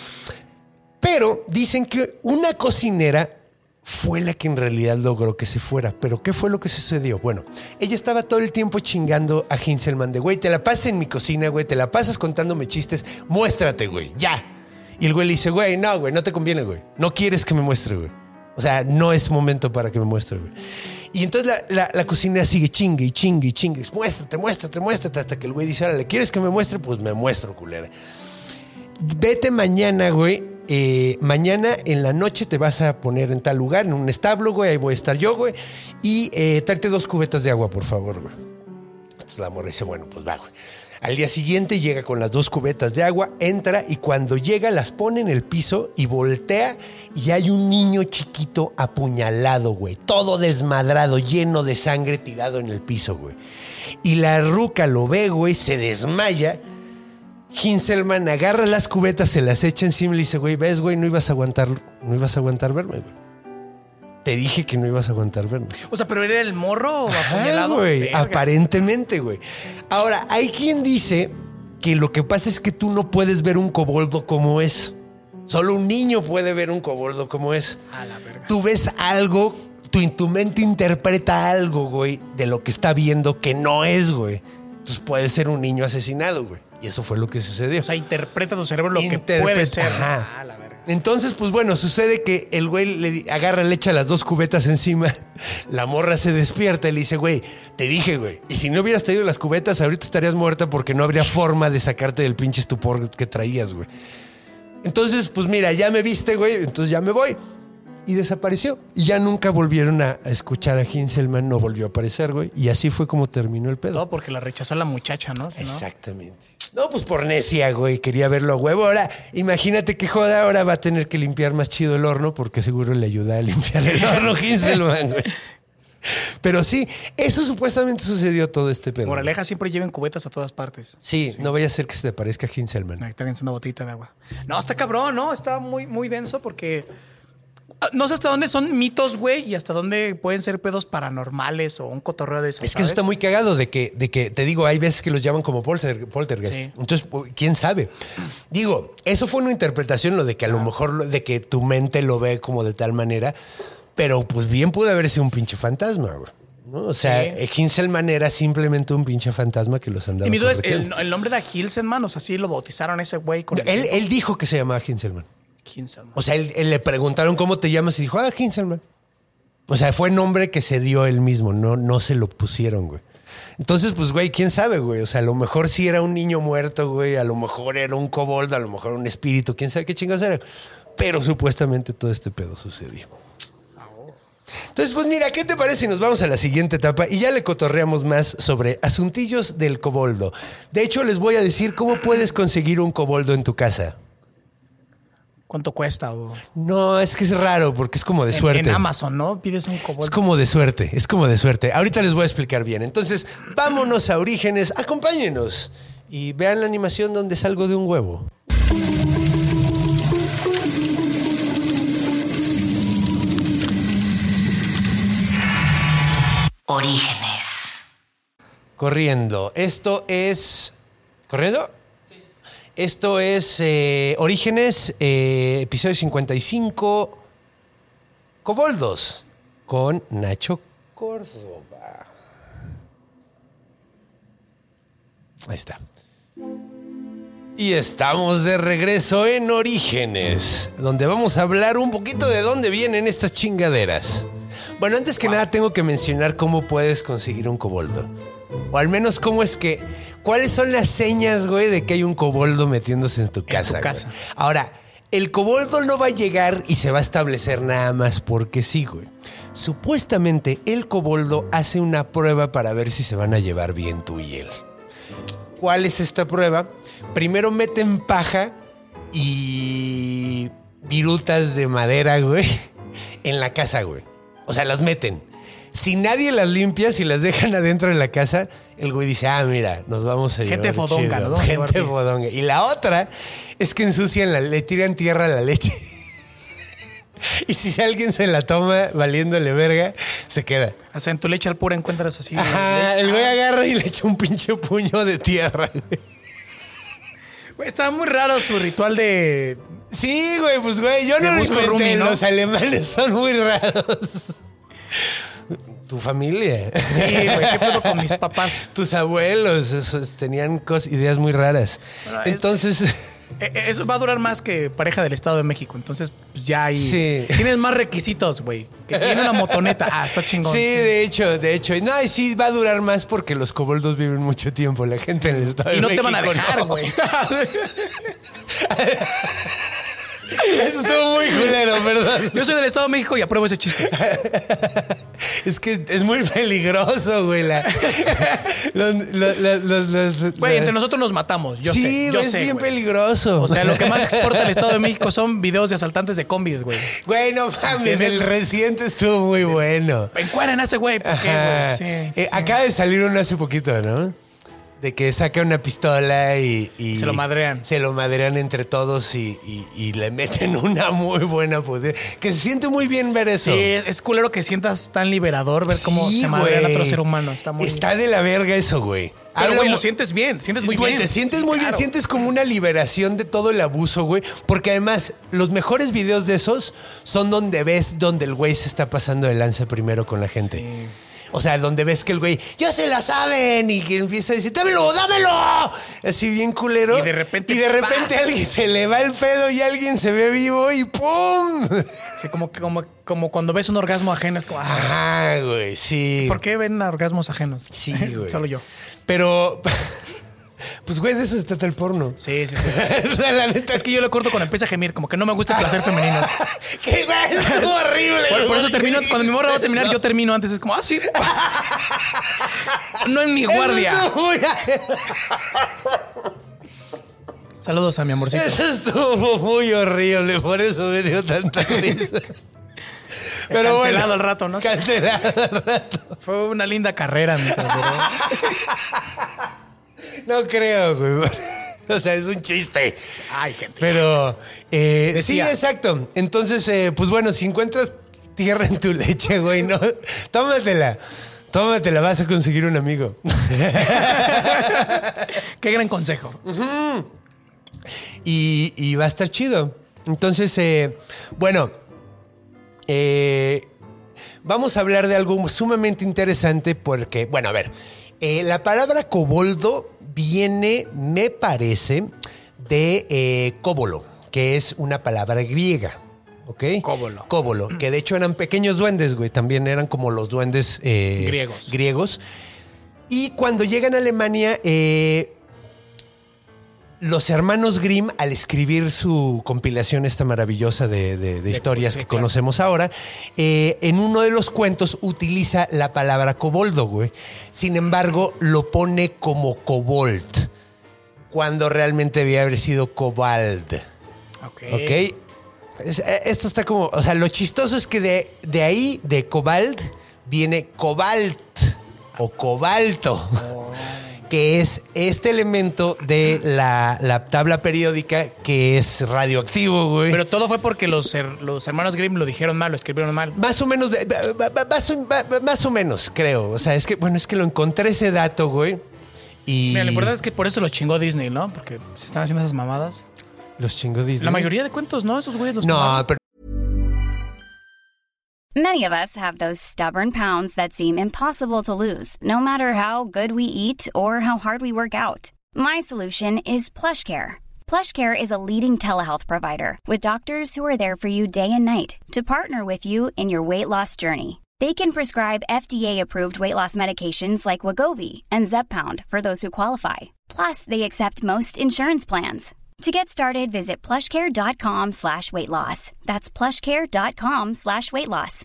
Pero dicen que una cocinera fue la que en realidad logró que se fuera. ¿Pero qué fue lo que sucedió? Bueno, ella estaba todo el tiempo chingando a Hinselman de, güey, te la pasas en mi cocina, güey, te la pasas contándome chistes, muéstrate, güey, ya. Y el güey le dice, güey, no, güey, no te conviene, güey. No quieres que me muestre, güey. O sea, no es momento para que me muestre, güey. Y entonces la, la, la cocinera sigue chingue y chingue y chingue. Muéstrate, muéstrate, muéstrate. Hasta que el güey dice, órale, ¿quieres que me muestre? Pues me muestro, culera. Vete mañana, güey. Eh, mañana en la noche te vas a poner en tal lugar, en un establo, güey. Ahí voy a estar yo, güey. Y eh, tráete dos cubetas de agua, por favor, güey. Entonces la morra dice, bueno, pues va, güey. Al día siguiente llega con las dos cubetas de agua, entra y cuando llega las pone en el piso y voltea y hay un niño chiquito apuñalado, güey. Todo desmadrado, lleno de sangre tirado en el piso, güey. Y la ruca lo ve, güey, se desmaya. Hinselman agarra las cubetas, se las echa encima y le dice, güey, ves, güey, no ibas a aguantar, no ibas a aguantar verme, güey. Te dije que no ibas a aguantar verme. O sea, ¿pero era el morro o Ajá, apuñalado? güey, Verga. aparentemente, güey. Ahora, hay quien dice que lo que pasa es que tú no puedes ver un koboldo como es. Solo un niño puede ver un koboldo como es. A la verga. Tú ves algo, tu, tu mente interpreta algo, güey, de lo que está viendo que no es, güey. Entonces puede ser un niño asesinado, güey. Y eso fue lo que sucedió. O sea, interpreta tu cerebro lo que Interpreta- puede ser. Ajá. Ah, la verga. Entonces, pues bueno, sucede que el güey le agarra, le echa las dos cubetas encima. La morra se despierta y le dice, güey, te dije, güey. Y si no hubieras traído las cubetas, ahorita estarías muerta porque no habría forma de sacarte del pinche estupor que traías, güey. Entonces, pues mira, ya me viste, güey, entonces ya me voy. Y desapareció. Y ya nunca volvieron a, a escuchar a Hinselman, no volvió a aparecer, güey. Y así fue como terminó el pedo. Todo porque la rechazó la muchacha, ¿no? Si no- Exactamente. No, pues por necia, güey. Quería verlo a huevo. Ahora, imagínate que joda, ahora va a tener que limpiar más chido el horno porque seguro le ayuda a limpiar el horno Hinselman, güey. Pero sí, eso supuestamente sucedió todo este pedo. Moraleja, siempre lleven cubetas a todas partes. Sí, no vaya a ser que se te parezca Hinselman. Ahí tráiganse una botita de agua. No, está cabrón, ¿no? Está muy, muy denso porque... No sé hasta dónde son mitos, güey, y hasta dónde pueden ser pedos paranormales o un cotorreo de eso. Es que eso está muy cagado de que, de que, te digo, hay veces que los llaman como polter, poltergeist. Sí. Entonces, ¿quién sabe? Digo, eso fue una interpretación, lo de que a lo mejor, lo de que tu mente lo ve como de tal manera, pero pues bien puede haber sido un pinche fantasma, güey. ¿No? O sea, Sí. Hinselman era simplemente un pinche fantasma que los andaba Y mi duda es, ¿el, correteando. el nombre de Hinselman? O sea, sí lo bautizaron ese güey con el Él, tiempo? él dijo que se llamaba Hinselman. Kinselman. O sea, él, él le preguntaron cómo te llamas y dijo, ah, Kinselman. O sea, fue nombre que se dio él mismo, no, no se lo pusieron, güey. Entonces, pues, güey, quién sabe, güey. O sea, a lo mejor sí era un niño muerto, güey. A lo mejor era un kobold, a lo mejor un espíritu. Quién sabe qué chingas era. Pero supuestamente todo este pedo sucedió. Entonces, pues mira, ¿qué te parece si nos vamos a la siguiente etapa y ya le cotorreamos más sobre asuntillos del koboldo? De hecho, les voy a decir cómo puedes conseguir un koboldo en tu casa. ¿Cuánto cuesta? O... No, es que es raro porque es como de suerte. En, en Amazon, ¿no? Pides un kobold. Es como de suerte, es como de suerte. Ahorita les voy a explicar bien. Entonces, vámonos a Orígenes, acompáñenos y vean la animación donde salgo de un huevo. Orígenes. Corriendo. Esto es... ¿Corriendo? Sí. Esto es eh, Orígenes, eh, episodio cincuenta y cinco, Koboldos, con Nacho Córdoba. Ahí está. Y estamos de regreso en Orígenes, donde vamos a hablar un poquito de dónde vienen estas chingaderas. Bueno, antes que wow. nada tengo que mencionar cómo puedes conseguir un koboldo. O al menos cómo es que... ¿Cuáles son las señas, güey, de que hay un koboldo metiéndose en tu casa? En tu casa. Güey? Ahora, el koboldo no va a llegar y se va a establecer nada más porque sí, güey. Supuestamente el koboldo hace una prueba para ver si se van a llevar bien tú y él. ¿Cuál es esta prueba? Primero meten paja y virutas de madera, güey, en la casa, güey. O sea, las meten. Si nadie las limpia, si las dejan adentro de la casa, el güey dice, ah, mira, nos vamos a llevar Gente fodonga, chido. ¿no? Gente fodonga. Y la otra es que ensucian, la, le tiran tierra a la leche. Y si alguien se la toma valiéndole verga, se queda. O sea, en tu leche al pura encuentras así. Ajá, el güey agarra y le echa un pinche puño de tierra, güey. Güey, está muy raro su ritual de... Sí, güey, pues güey, yo no lo inventé, Rumi, ¿no? Los alemanes son muy raros. Tu familia. Sí, güey, ¿qué pedo con mis papás? Tus abuelos, esos, tenían cosas, ideas muy raras. Bueno, entonces... Es, eso va a durar más que pareja del Estado de México. Entonces, pues ya hay... Sí. Tienes más requisitos, güey. Que tiene una motoneta. Ah, está chingón. Sí, de hecho, de hecho. No, y sí va a durar más porque los koboldos viven mucho tiempo. La gente en el Estado de México. Y no te van a dejar, güey. No. Eso estuvo muy culero, perdón. Yo soy del Estado de México y apruebo ese chiste. Es que es muy peligroso, güey. La, los, los, los, los, güey, entre nosotros nos matamos. Yo sí, sé, yo es sé, bien güey. peligroso. O sea, lo que más exporta el Estado de México son videos de asaltantes de combis, güey. Güey, no mames, el reciente estuvo muy bueno. Encuadren a ese güey. ¿Por qué, güey? Sí, eh, sí. Acaba de salir uno hace poquito, ¿no? De que saca una pistola y, y... Se lo madrean. Se lo madrean entre todos y, y, y le meten una muy buena posición. Que se siente muy bien ver eso. Sí, es culero que sientas tan liberador ver cómo sí, se madrean a otro ser humano. Está muy Está de la verga eso, güey. Pero, güey, lo sientes bien, sientes muy güey, bien. Te sientes sí, muy claro. bien, sientes como una liberación de todo el abuso, güey. Porque además, los mejores videos de esos son donde ves donde el güey se está pasando de lanza primero con la gente. Sí. O sea, donde ves que el güey, ya se la saben, y que empieza a decir, dámelo, dámelo. Así bien culero. Y de repente. Y de repente a alguien se le va el pedo y alguien se ve vivo y ¡pum! Sí, como, como, como cuando ves un orgasmo ajeno. Es como, ah, ah, güey, sí. ¿Por qué ven orgasmos ajenos? Sí, güey. Solo yo. Pero... Pues, güey, de eso se trata el porno. Sí, sí, sí. O sea, la neta... Es que yo lo corto cuando empieza a gemir. Como que no me gusta el placer femenino. ¡Qué güey! Es horrible. Por, por eso termino... Cuando mi morra va a terminar, yo termino antes. Es como, ah, sí. No en mi guardia. Saludos a mi amorcito. Eso estuvo muy horrible. Por eso me dio tanta risa. Pero cancelado bueno, al rato, ¿no? Cancelado al rato. Fue una linda carrera, mi cabrón. No creo, güey. O sea, es un chiste. Ay, gente. Pero, eh, sí, exacto. Entonces, eh, pues bueno, si encuentras tierra en tu leche, güey, no, tómatela. Tómatela, vas a conseguir un amigo. Qué gran consejo. Uh-huh. Y, y va a estar chido. Entonces, eh, bueno, eh, vamos a hablar de algo sumamente interesante porque, bueno, a ver, eh, la palabra koboldo viene, me parece, de eh, cóbolo. que es una palabra griega. ¿Ok? Cóbolo. Cóbolo, que de hecho eran pequeños duendes, güey. También eran como los duendes eh, griegos. griegos. Y cuando llegan a Alemania, eh, los hermanos Grimm, al escribir su compilación esta maravillosa de, de, de, de historias sí, que claro. conocemos ahora, eh, en uno de los cuentos utiliza la palabra koboldo, güey. Sin embargo, lo pone como kobold, cuando realmente debía haber sido cobalt. Ok. ¿Ok? Esto está como... O sea, lo chistoso es que de, de ahí, de cobalt, viene cobalt o cobalto, oh. que es este elemento de la, la tabla periódica que es radioactivo, güey. Pero todo fue porque los, los hermanos Grimm lo dijeron mal, lo escribieron mal. Más o menos, más, más o menos, creo. O sea, es que, bueno, es que lo encontré ese dato, güey. Y... Mira, la verdad es que por eso lo chingó Disney, ¿no? Porque se están haciendo esas mamadas. Los chingó Disney. La mayoría de cuentos, ¿no? Esos güeyes los No, tomaron. pero... Many of us have those stubborn pounds that seem impossible to lose, no matter how good we eat or how hard we work out. My solution is PlushCare. PlushCare is a leading telehealth provider with doctors who are there for you day and night to partner with you in your weight loss journey. They can prescribe F D A-approved weight loss medications like Wegovy and Zepbound for those who qualify. Plus, they accept most insurance plans. To get started, visit plushcare.com slash weight loss. That's plushcare.com slash weight loss.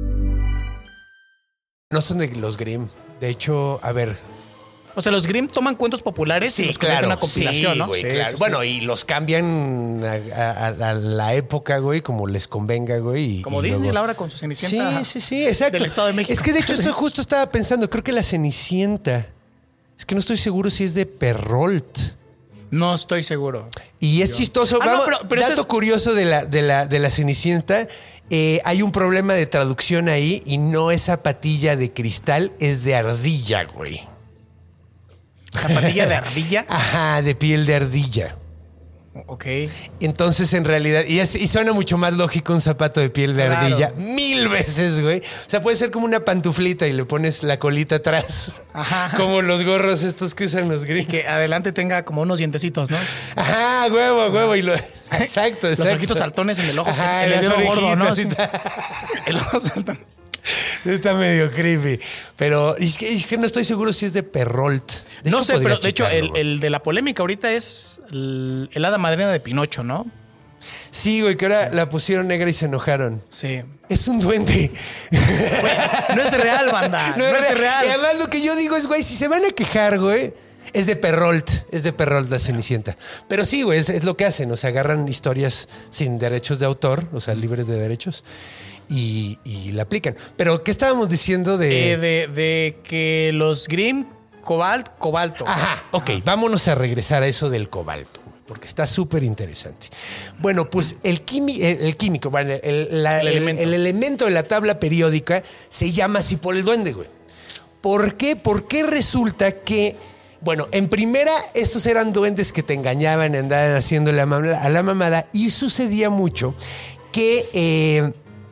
No son de los Grimm. De hecho, a ver... O sea, los Grimm toman cuentos populares sí, y los claro, una compilación, sí, ¿no? Güey, sí, claro. sí, Bueno, sí. y los cambian a, a, a la época, güey, como les convenga, güey. Y, como y Disney, luego... Laura, con su Cenicienta. Sí, sí, sí, exacto. Del Estado de México. Es que de hecho esto justo estaba pensando, creo que la Cenicienta, es que no estoy seguro si es de Perrault. No estoy seguro. Y es Yo. chistoso. Ah, Vamos, no, pero, pero dato es... curioso de la, de la, de la Cenicienta. Eh, hay un problema de traducción ahí y no es zapatilla de cristal, es de ardilla, güey. ¿Zapatilla de ardilla? Ajá, de piel de ardilla. Ok. Entonces, en realidad, y, es, y suena mucho más lógico un zapato de piel de claro. ardilla. Mil veces, güey. O sea, puede ser como una pantuflita y le pones la colita atrás. Ajá. Como los gorros estos que usan los gringos. Y que adelante tenga como unos dientecitos, ¿no? Ajá, huevo, huevo. Y lo... Exacto, exacto. Los ojitos saltones en el ojo. Ajá, el dedo gordo, ¿no? Sí. El ojo saltón. Está medio creepy. Pero es que, es que no estoy seguro si es de Perrault. De no hecho, sé, pero de hecho, el, güey. el de la polémica ahorita es el, el hada madrina de Pinocho, ¿no? Sí, güey, que ahora la pusieron negra y se enojaron. Sí. Es un duende. Güey, no es real, banda. No, no es real. real. Y además lo que yo digo es, güey, si se van a quejar, güey, es de Perrault. Es de Perrault la Cenicienta. Pero sí, güey, es, es lo que hacen. O sea, agarran historias sin derechos de autor, o sea, libres de derechos. Y, y la aplican. Pero, ¿qué estábamos diciendo de...? Eh, de, de que los Grimm, cobalt, cobalto. Ajá, ok. Ajá. Vámonos a regresar a eso del cobalto, porque está súper interesante. Bueno, pues el, quimi, el, el químico, bueno, el, la, el, elemento. El, el elemento de la tabla periódica se llama así por el duende, güey. ¿Por qué? Porque resulta que... Bueno, en primera, estos eran duendes que te engañaban, andaban haciendo la mam- a la mamada, y sucedía mucho que... Eh,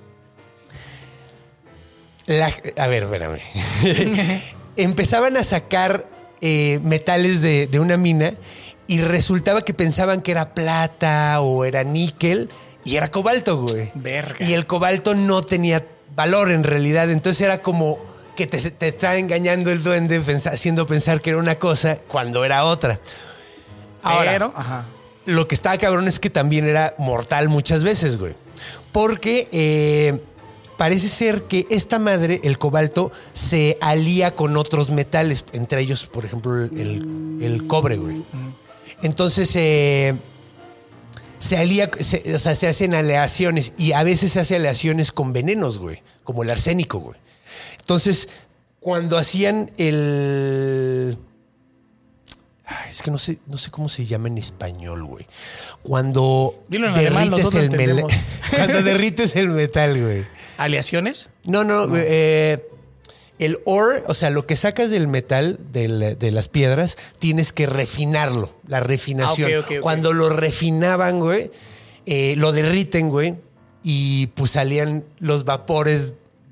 La, a ver, espérame. Empezaban a sacar eh, metales de, de una mina y resultaba que pensaban que era plata o era níquel y era cobalto, güey. Verga. Y el cobalto no tenía valor en realidad. Entonces era como que te, te estaba engañando el duende pens- haciendo pensar que era una cosa cuando era otra. Ahora, Pero, ajá. Lo que estaba cabrón es que también era mortal muchas veces, güey. Porque... Eh, parece ser que esta madre, el cobalto, se alía con otros metales, entre ellos, por ejemplo, el, el cobre, güey. Entonces, eh, se alía, se, o sea, se hacen aleaciones y a veces se hacen aleaciones con venenos, güey, como el arsénico, güey. Entonces, cuando hacían el... Ay, es que no sé, no sé cómo se llama en español, güey. Cuando Dilo en derrites alemán, el mel- cuando derrites el metal, güey. ¿Aleaciones? No, no, no. Eh, el ore, o sea, lo que sacas del metal, de, de las piedras, tienes que refinarlo, la refinación. Ah, okay, okay, Cuando okay. lo refinaban, güey, eh, lo derriten, güey, y pues salían los vapores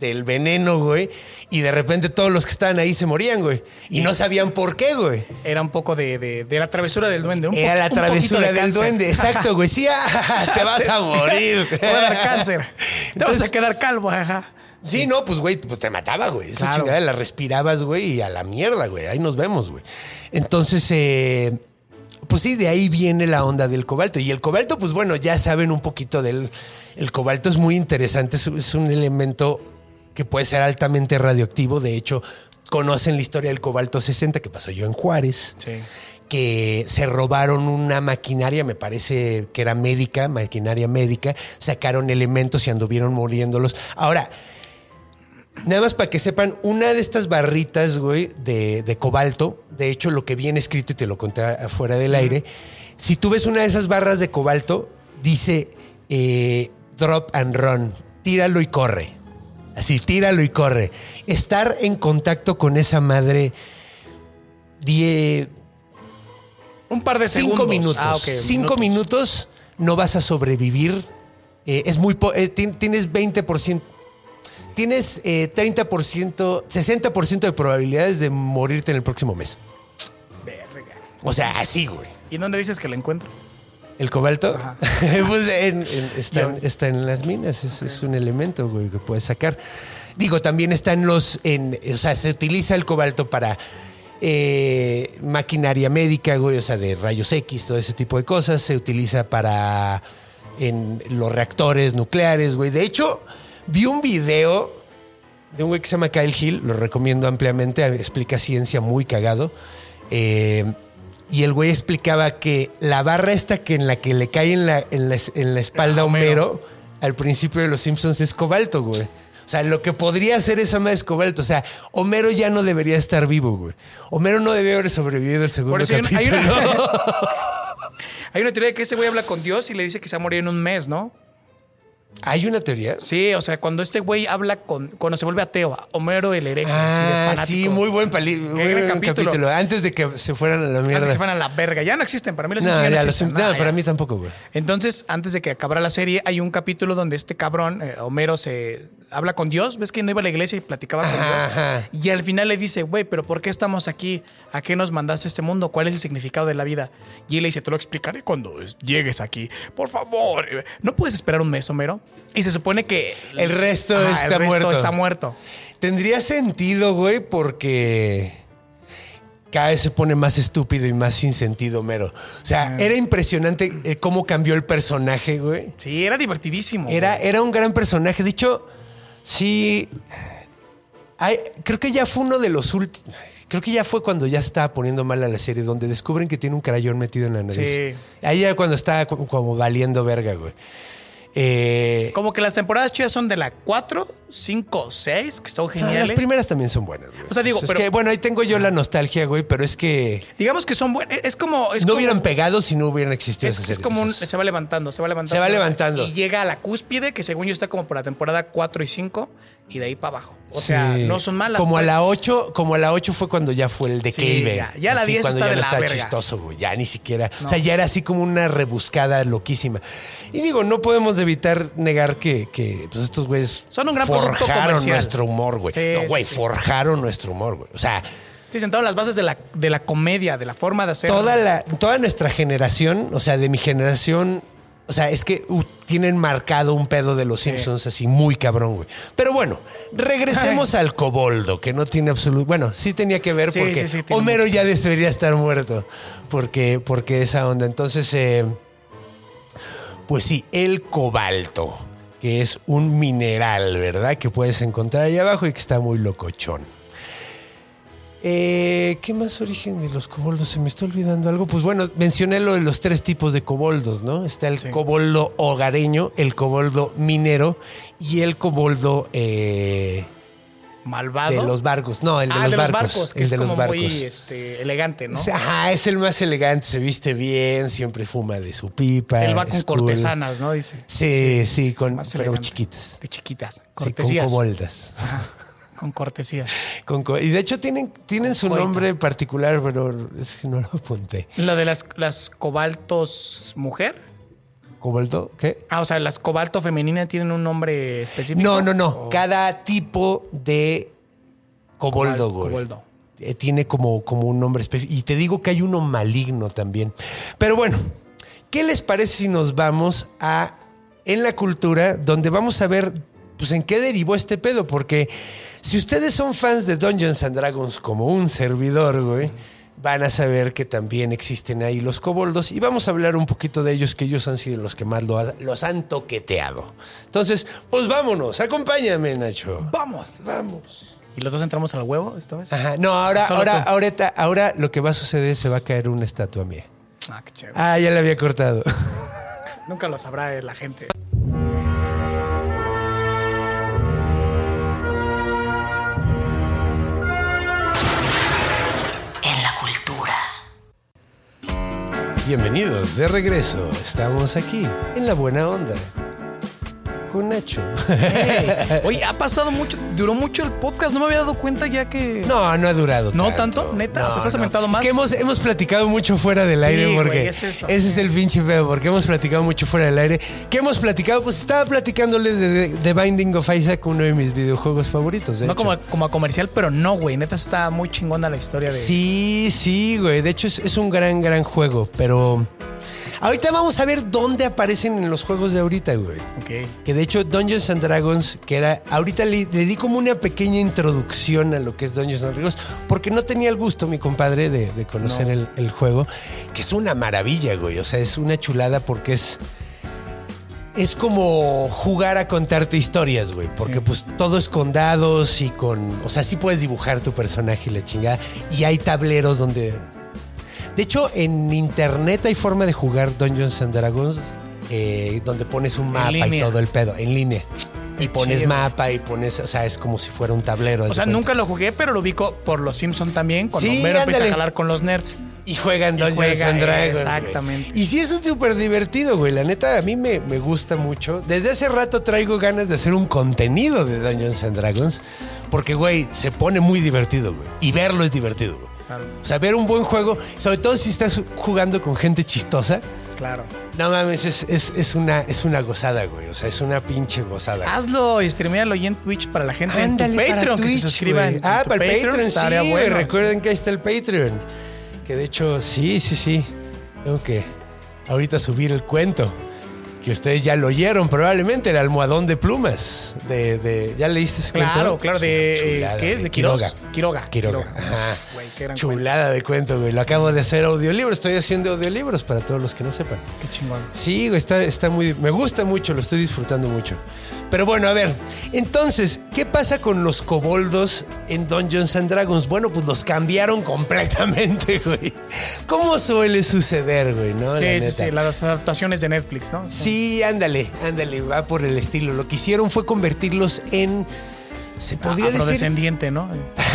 del veneno, güey, y de repente todos los que estaban ahí se morían, güey, y no sabían por qué, güey. Era un poco de, de, de la travesura del duende. Un Era po- la un travesura poquito de del cáncer. duende, exacto, güey. Sí, ah, te vas a morir. Te va a dar cáncer. Te Entonces- vas a quedar calvo, ajá. Sí, no, pues, güey, pues te mataba, güey. Esa Claro. chingada la respirabas, güey, y a la mierda, güey. Ahí nos vemos, güey. Entonces, eh, pues sí, de ahí viene la onda del cobalto. Y el cobalto, pues bueno, ya saben un poquito del... El cobalto es muy interesante, es, es un elemento que puede ser altamente radioactivo. De hecho, conocen la historia del cobalto sesenta que pasó yo en Juárez. Sí. Que se robaron una maquinaria, me parece que era médica, maquinaria médica, sacaron elementos y anduvieron muriéndolos. Ahora, nada más para que sepan, una de estas barritas, güey, de, de cobalto, de hecho, lo que viene escrito, y te lo conté afuera del aire, si tú ves una de esas barras de cobalto, dice eh, drop and run, tíralo y corre. Así, tíralo y corre. Estar en contacto con esa madre diez... Un par de segundos. Cinco minutos. Ah, ok, Cinco minutos. no vas a sobrevivir. Eh, es muy po- eh, ti- tienes veinte por ciento. Tienes eh, treinta por ciento, sesenta por ciento de probabilidades de morirte en el próximo mes. Verga. O sea, así, güey. ¿Y dónde dices que lo encuentro? ¿El cobalto? Ajá. Pues en- en- está, en, Ya. está en las minas, es, es un elemento, güey, que puedes sacar. Digo, también está en los... En, o sea, se utiliza el cobalto para eh, maquinaria médica, güey, o sea, de rayos X, todo ese tipo de cosas. Se utiliza para en los reactores nucleares, güey. De hecho, vi un video de un güey que se llama Kyle Hill, lo recomiendo ampliamente, explica ciencia muy cagado. Eh... Y el güey explicaba que la barra esta que en la que le cae en la, en la, en la espalda a Homero, al principio de Los Simpsons es cobalto, güey. O sea, lo que podría hacer esa madre es cobalto. O sea, Homero ya no debería estar vivo, güey. Homero no debería haber sobrevivido el segundo Por eso hay una- hay capítulo. una- Hay una teoría de que ese güey habla con Dios y le dice que se va a morir en un mes, ¿no? ¿Hay una teoría? Sí, o sea, cuando este güey habla con... Cuando se vuelve ateo, Homero el hereje. Ah, así de sí, fanático. muy buen, pali- muy gran buen capítulo. capítulo. Antes de que se fueran a la Antes mierda. que se fueran a la verga. Ya no existen. Para mí los No, Simpsons ya ya, no los existen. Sim- no, Nada, para ya. mí tampoco, güey. Entonces, antes de que acabara la serie, hay un capítulo donde este cabrón, eh, Homero, se habla con Dios. ¿Ves que no iba a la iglesia y platicaba con Ajá, Dios? ajá. Y al final le dice, güey, ¿pero por qué estamos aquí? ¿A qué nos mandaste a este mundo? ¿Cuál es el significado de la vida? Y él le dice, te lo explicaré cuando llegues aquí. Por favor. ¿No puedes esperar un mes, Homero? Y se supone que... El resto Ajá, está el resto muerto. está muerto. Tendría sentido, güey, porque cada vez se pone más estúpido y más sin sentido, Homero. O sea, era impresionante eh, cómo cambió el personaje, güey. Sí, era divertidísimo. Era, güey. era un gran personaje. De hecho, sí. hay- creo que ya fue uno de los últimos. Creo que ya fue cuando ya estaba poniendo mal a la serie, donde descubren que tiene un crayón metido en la nariz. Sí. Ahí ya cuando estaba como, como valiendo verga, güey. Eh, Como que las temporadas chidas son de la cuatro, cinco, seis, que son ah, geniales. las primeras también son buenas, güey. O sea, digo, es pero- que, bueno, ahí tengo yo la nostalgia, güey, pero es que Digamos que son buenas. Es como. Es no como, hubieran pegado si no hubieran existido Es, esas es series. como un. Se va levantando, se va levantando. Se va levantando. Y llega a la cúspide, que según yo está como por la temporada cuatro y cinco, y de ahí para abajo. O sea, Sí. no son malas. Como a pues. la ocho, como a la ocho fue cuando ya fue el declive. Sí, ya. Ya la Así, diez cuando está ya de no la estaba verga. chistoso, güey. Ya ni siquiera. No. O sea, ya era así como una rebuscada loquísima. Y digo, no podemos evitar negar que, que pues estos güeyes Son un gran producto forjaron comercial. nuestro humor, güey. Sí, no, güey, sí, sí. forjaron nuestro humor, güey. O sea, Sí, sentaron las bases de la, de la comedia, de la forma de hacer. toda la, toda nuestra generación, o sea, de mi generación, o sea, es que uh, tienen marcado un pedo de los Simpsons así muy cabrón, güey. Pero bueno, regresemos al Coboldo, que no tiene absoluto. Bueno, sí tenía que ver Sí, porque sí, sí, tiene Homero mucho. ya debería estar muerto. Porque, porque esa onda. Entonces, eh, pues sí, el cobalto, que es un mineral, ¿verdad? Que puedes encontrar ahí abajo y que está muy locochón. Eh, ¿Qué más origen de los coboldos? Se me está olvidando algo. Pues bueno, mencioné lo de los tres tipos de coboldos, ¿no? Está el Sí. coboldo hogareño, el coboldo minero y el coboldo eh, Malvado. de los barcos. No, el de, ah, los, de los barcos, barcos, que el es de los como barcos. muy este, elegante, ¿no? Ajá, es el más elegante, se viste bien, siempre fuma de su pipa. Él va con es cool. cortesanas, ¿no? Dice. Sí, sí, con, Más pero elegante. chiquitas. De chiquitas. Sí, con Cortesías. coboldas. Ajá, con cortesías. Con co- y de hecho tienen, tienen su Coita. nombre particular, pero es que no lo apunté. Lo de las, las cobaltos mujer. ¿Cobalto? ¿Qué? Ah, o sea, las cobalto femeninas tienen un nombre específico. No, no, no. ¿O? Cada tipo de coboldo, Cobal- güey. coboldo. Eh, Tiene como, como un nombre específico. Y te digo que hay uno maligno también. Pero bueno, ¿qué les parece si nos vamos a En la Cultura, donde vamos a ver pues en qué derivó este pedo? Porque si ustedes son fans de Dungeons and Dragons como un servidor, güey, van a saber que también existen ahí los koboldos y vamos a hablar un poquito de ellos, que ellos han sido los que más lo ha- los han toqueteado. Entonces, pues vámonos, acompáñame, Nacho. ¡Vamos! Vamos. ¿Y los dos entramos al huevo esta vez? Ajá, no, ahora, Solo ahora, tú. ahorita, ahora lo que va a suceder es se va a caer una estatua mía. Ah, qué chévere. Ah, ya la había cortado. Nunca lo sabrá eh, la gente. En la cultura. Bienvenidos de regreso. Estamos aquí en La Buena Onda con Nacho. Hey. Oye, ha pasado mucho, duró mucho el podcast, no me había dado cuenta ya que... No, no ha durado ¿No tanto. tanto? ¿Neta? ¿Se te has aventado Es más? que hemos, hemos platicado mucho fuera del Sí, aire porque güey, es eso. ese es el pinche feo, porque hemos platicado mucho fuera del aire. ¿Qué hemos platicado? Pues estaba platicándole de, de, de Binding of Isaac, uno de mis videojuegos favoritos. De No hecho. como, como a comercial, pero no, güey. Neta está muy chingona la historia de... Sí, sí, güey. De hecho, es, es un gran, gran juego. Pero ahorita vamos a ver dónde aparecen en los juegos de ahorita, güey. Ok. Que de hecho Dungeons and Dragons, que era... Ahorita le, le di como una pequeña introducción a lo que es Dungeons and Dragons, porque no tenía el gusto, mi compadre, de, de conocer No. el, el juego, que es una maravilla, güey. O sea, es una chulada porque es... Es como jugar a contarte historias, güey. Porque Sí. pues todo es con dados y con... O sea, sí puedes dibujar tu personaje y la chingada. Y hay tableros donde... De hecho, en internet hay forma de jugar Dungeons and Dragons eh, donde pones un En mapa y línea. todo el pedo. En línea. Y Qué pones chido. mapa y pones... O sea, es como si fuera un tablero. haz O de sea, cuenta. nunca lo jugué, pero lo ubico por los Simpsons también, cuando Sí, Homero empieza ándale. a jalar con los nerds. Y juegan Y Dungeons juega, and Dragons. exactamente. güey. Y sí, eso es súper divertido, güey. La neta, a mí me, me gusta mucho. Desde hace rato traigo ganas de hacer un contenido de Dungeons and Dragons. Porque, güey, se pone muy divertido, güey. Y verlo es divertido, güey. Claro. O sea, ver un buen juego, sobre todo si estás jugando con gente chistosa. Claro. No mames, es, es, es, una, es una gozada, güey. O sea, es una pinche gozada. Hazlo y streamealo ahí en Twitch para la gente. Ándale, en tu para Patreon, que Twitch, se suscriban. güey. en Ah, tu para el Patreon, sí, estaría güey. bueno. Recuerden que ahí está el Patreon. Que de hecho, sí, sí, sí. Tengo que ahorita subir el cuento. Que ustedes ya lo oyeron probablemente, el almohadón de plumas. De, de, ¿ya leíste ese cuento? Claro, claro, de... Chulada, ¿Qué es? de ¿De Quiroga? Quiroga. Quiroga. Quiroga. Ajá. Güey, qué gran Chulada de cuento, güey. Lo acabo de hacer audiolibro. Estoy haciendo audiolibros para todos los que no sepan. Qué chingón. Sí, güey, está, está muy... Me gusta mucho, lo estoy disfrutando mucho. Pero bueno, a ver. Entonces, ¿qué pasa con los koboldos en Dungeons and Dragons? Bueno, pues los cambiaron completamente, güey. ¿Cómo suele suceder, güey, no? Sí, La sí, neta. sí, las adaptaciones de Netflix, ¿no? Sí, ándale, ándale, va por el estilo. Lo que hicieron fue convertirlos en... Se podría decir... Afrodescendiente, ¿no?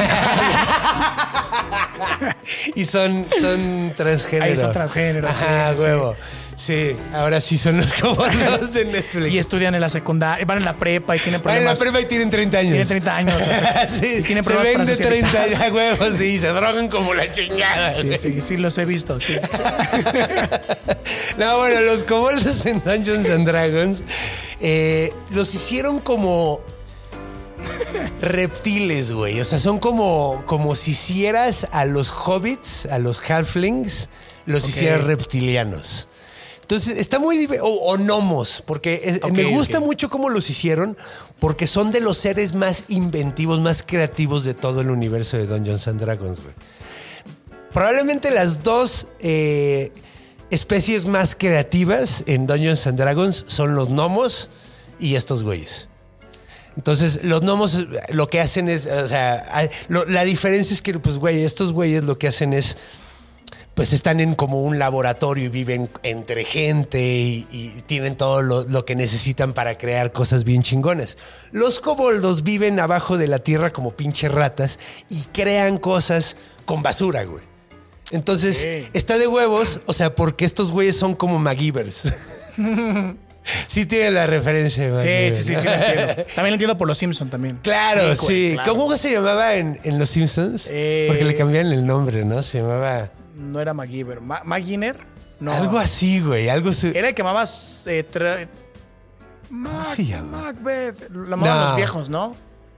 Y son, son transgénero. Ahí son transgénero, sí, Ajá, sí, sí. huevo. Sí, ahora sí son los koboldos de Netflix. Y estudian en la secundaria, van en la prepa y tienen Van en la problemas. prepa y tienen treinta años. Tienen treinta años. sí, y tienen se problemas ven para de treinta socializar. ya huevos, sí, se drogan como la chingada. Sí, sí, sí, los he visto, sí. No, bueno, los koboldos en Dungeons and Dragons eh, los hicieron como reptiles, güey. O sea, son como, como si hicieras a los hobbits, a los halflings, los Ok. hicieras reptilianos. Entonces, está muy... div- O, o gnomos, porque es- Ok, me gusta ok. mucho cómo los hicieron, porque son de los seres más inventivos, más creativos de todo el universo de Dungeons and Dragons, güey. Probablemente las dos eh, especies más creativas en Dungeons and Dragons son los gnomos y estos güeyes. Entonces, los gnomos lo que hacen es, o sea, hay- lo- la diferencia es que, pues, güey, estos güeyes lo que hacen es, pues, están en como un laboratorio y viven entre gente y, y tienen todo lo, lo que necesitan para crear cosas bien chingonas. Los koboldos viven abajo de la tierra como pinches ratas y crean cosas con basura, güey. Entonces, Ok. está de huevos, o sea, porque estos güeyes son como MacGyvers. Sí tiene la referencia, Sí, MacGyver, sí, sí, ¿no? sí, lo entiendo. También lo entiendo por los Simpsons también. Claro, sí. güey, claro. ¿Cómo se llamaba en, en Los Simpsons? Eh, Porque le cambiaron el nombre, ¿no? Se llamaba... No era MacGyver. Ma- ¿MacGyver? No. Algo así, güey. Algo su... Era el que mamabas... Eh, tra... Mac, se llama? Macbeth. Lo mamaban No. los viejos, ¿no?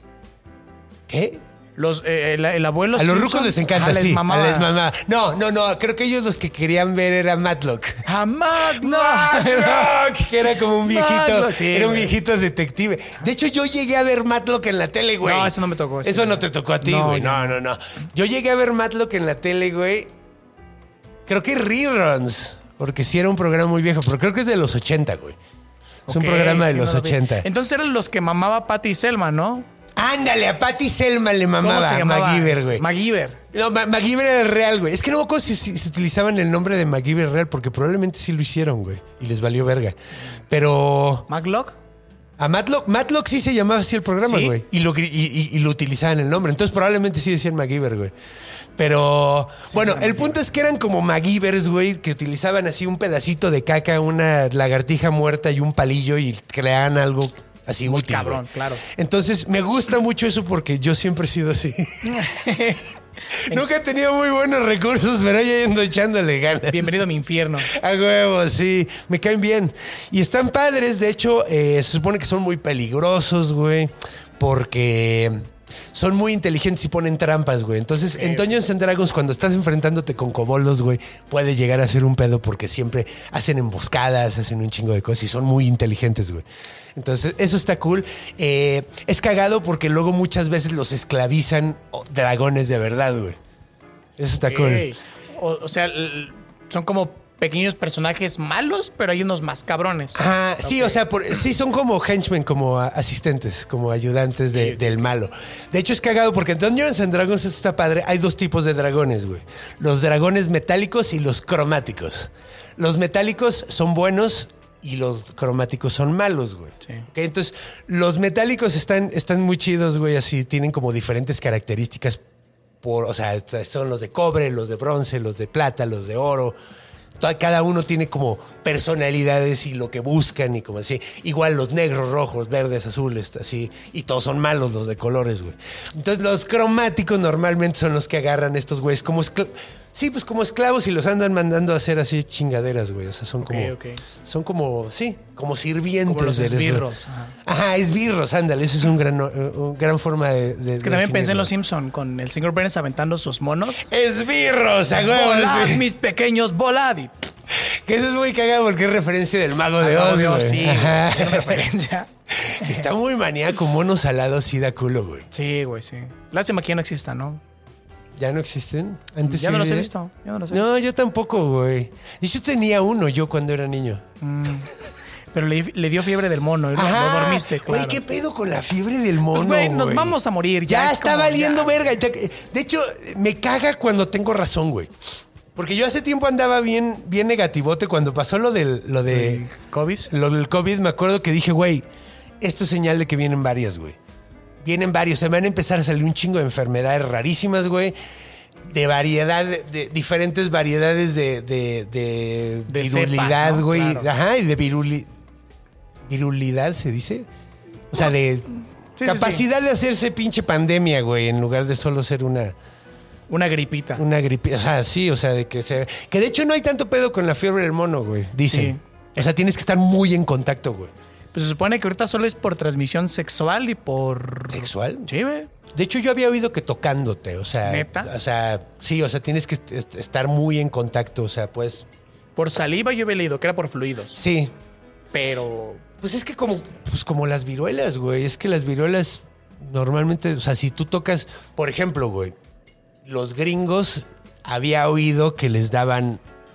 ¿Qué? Los, eh, el, el abuelo A los Simpson, rucos les encanta, ajá, les sí. mamaba. A les mamaba. No, no, no. Creo que ellos los que querían ver era Matlock. ¡A Matlock! Matlock, que era como un viejito. Matlock, sí, era un güey. viejito detective. De hecho, yo llegué a ver Matlock en la tele, güey. No, eso no me tocó. Eso no te tocó a ti, No, güey. yo No, no, no. Yo llegué a ver Matlock en la tele, güey. Creo que reruns. Porque sí era un programa muy viejo. Pero creo que es de los ochenta, güey. Es un Ok, programa de sí, los no lo vi. ochenta. Entonces eran los que mamaba Patty y Selma, ¿no? Ándale, a Patty Selma le ¿Cómo mamaba. se llamaba? MacGyver, güey. MacGyver. No, Ma- MacGyver era el real, güey. Es que no me acuerdo si, si, si utilizaban el nombre de MacGyver real, porque probablemente sí lo hicieron, güey. Y les valió verga. Pero ¿Matlock? a Matlock, Matlock sí se llamaba así el programa, ¿Sí? güey. Y lo, gri- y, y- y lo utilizaban el nombre. Entonces probablemente sí decían MacGyver, güey. Pero, bueno, el punto es que eran como MacGyvers, güey, que utilizaban así un pedacito de caca, una lagartija muerta y un palillo y creaban algo así Muy útil, cabrón, güey. claro. Entonces, me gusta mucho eso porque yo siempre he sido así. Nunca he tenido muy buenos recursos, pero yo ando echándole ganas. Bienvenido a mi infierno. A huevo, sí. Me caen bien. Y están padres. De hecho, eh, se supone que son muy peligrosos, güey. Porque son muy inteligentes y ponen trampas, güey. Entonces, en Dungeons and Dragons, cuando estás enfrentándote con koboldos, güey, puede llegar a ser un pedo porque siempre hacen emboscadas, hacen un chingo de cosas y son muy inteligentes, güey. Entonces, eso está cool. Eh, es cagado porque luego muchas veces los esclavizan oh, dragones de verdad, güey. Eso está cool. Ok. O, o sea, l- son como pequeños personajes malos, pero hay unos más cabrones. Ajá, sí, Ok. o sea, por- sí, son como henchmen, como a- asistentes, como ayudantes de- del malo. De hecho, es cagado porque en Dungeons and Dragons esto está padre. Hay dos tipos de dragones, güey. Los dragones metálicos y los cromáticos. Los metálicos son buenos y los cromáticos son malos, güey. Sí. Ok, entonces, los metálicos están, están muy chidos, güey, así. Tienen como diferentes características. Por, o sea, son los de cobre, los de bronce, los de plata, los de oro. Toda- Cada uno tiene como personalidades y lo que buscan y como así. Igual los negros, rojos, verdes, azules, así. Y todos son malos los de colores, güey. Entonces los cromáticos normalmente son los que agarran estos güeyes como esclavos. Sí, pues como esclavos y los andan mandando a hacer así chingaderas, güey. O sea, son como... ok. Son como, sí, como sirvientes. Como los de eso. esbirros, ajá. Ajá, esbirros, ándale. Eso es un gran, un gran forma de... de Es que también pensé en Los Simpson con el señor Burns aventando sus monos. Esbirros, a huevo, ¡Volad, sí. mis pequeños, volad! Y Que eso es muy cagado porque es referencia del Mago de Mago Oz, de Oz, güey. sí, Ajá. es una referencia. Está muy maníaco, mono salado, sí da culo, güey. Sí, güey, sí. Lástima que ya no exista, ¿no? ¿Ya no existen? Antes Ya sí no los he había. visto. Ya no los he No, visto. yo tampoco, güey. Y yo tenía uno yo cuando era niño. Pero le, le dio fiebre del mono y lo- Ajá. lo dormiste, claro. Güey, ¿qué pedo con la fiebre del mono, Pues, güey, güey? nos vamos a morir. Ya, Ya, es está como, valiendo ya. verga. De hecho, me caga cuando tengo razón, güey. Porque yo hace tiempo andaba bien, bien negativote cuando pasó lo del, lo de, ¿COVID? lo del COVID. Me acuerdo que dije, güey, esto es señal de que vienen varias, güey. Vienen varios. Se me van a empezar a salir un chingo de enfermedades rarísimas, güey. De variedad, de, de diferentes variedades de, de, de, De virulidad, cepas, ¿no? güey. Claro. Ajá, y de viruli, virulidad, ¿se dice? O sea, de sí, capacidad de hacerse pinche pandemia, güey, en lugar de solo ser una, Una gripita. una gripe. O sea, sí, o sea, de que se... Que de hecho no hay tanto pedo con la fiebre del mono, güey, dicen. Sí. O sea, tienes que estar muy en contacto, güey. Pues se supone que ahorita solo es por transmisión sexual y por... ¿Sexual? Sí, güey. De hecho, yo había oído que tocándote, o sea... ¿Neta? O sea, sí, o sea, tienes que est- est- estar muy en contacto, o sea, pues... Por saliva yo había leído que era por fluidos. Sí. Pero... Pues es que como, pues como las viruelas, güey. Es que las viruelas normalmente, o sea, si tú tocas, por ejemplo, güey, los gringos había oído que les daban,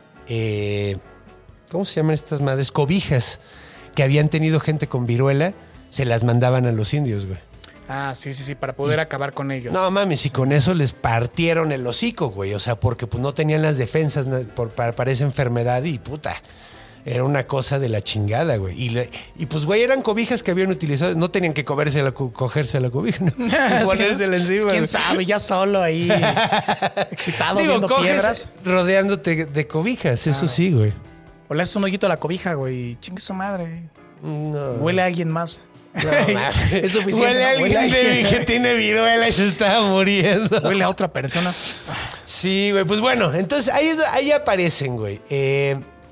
eh, ¿cómo se llaman estas madres? Cobijas, que habían tenido gente con viruela, se las mandaban a los indios, güey. Ah, sí, sí, sí, para poder acabar con ellos. No mames, y con eso les partieron el hocico, güey. O sea, porque pues no tenían las defensas na- por- para, para esa enfermedad y puta. Era una cosa de la chingada, güey. Y, le- y pues, güey, eran cobijas que habían utilizado. No tenían que cogerse la, co- cogerse la cobija, ¿no? Y ponérsela encima. ¿Quién güey. sabe? Ya solo ahí, excitado, Digo, viendo coges piedras. rodeándote de cobijas, eso sí, güey. O le haces un hoyito a la cobija, güey. Chingue su madre. No. Huele a alguien más. No, mames. Es suficiente. Huele a ¿no? alguien Huele a de- que tiene viruela y se estaba muriendo. Huele a otra persona. Sí, güey. Pues bueno, entonces ahí, ahí aparecen, güey. Eh,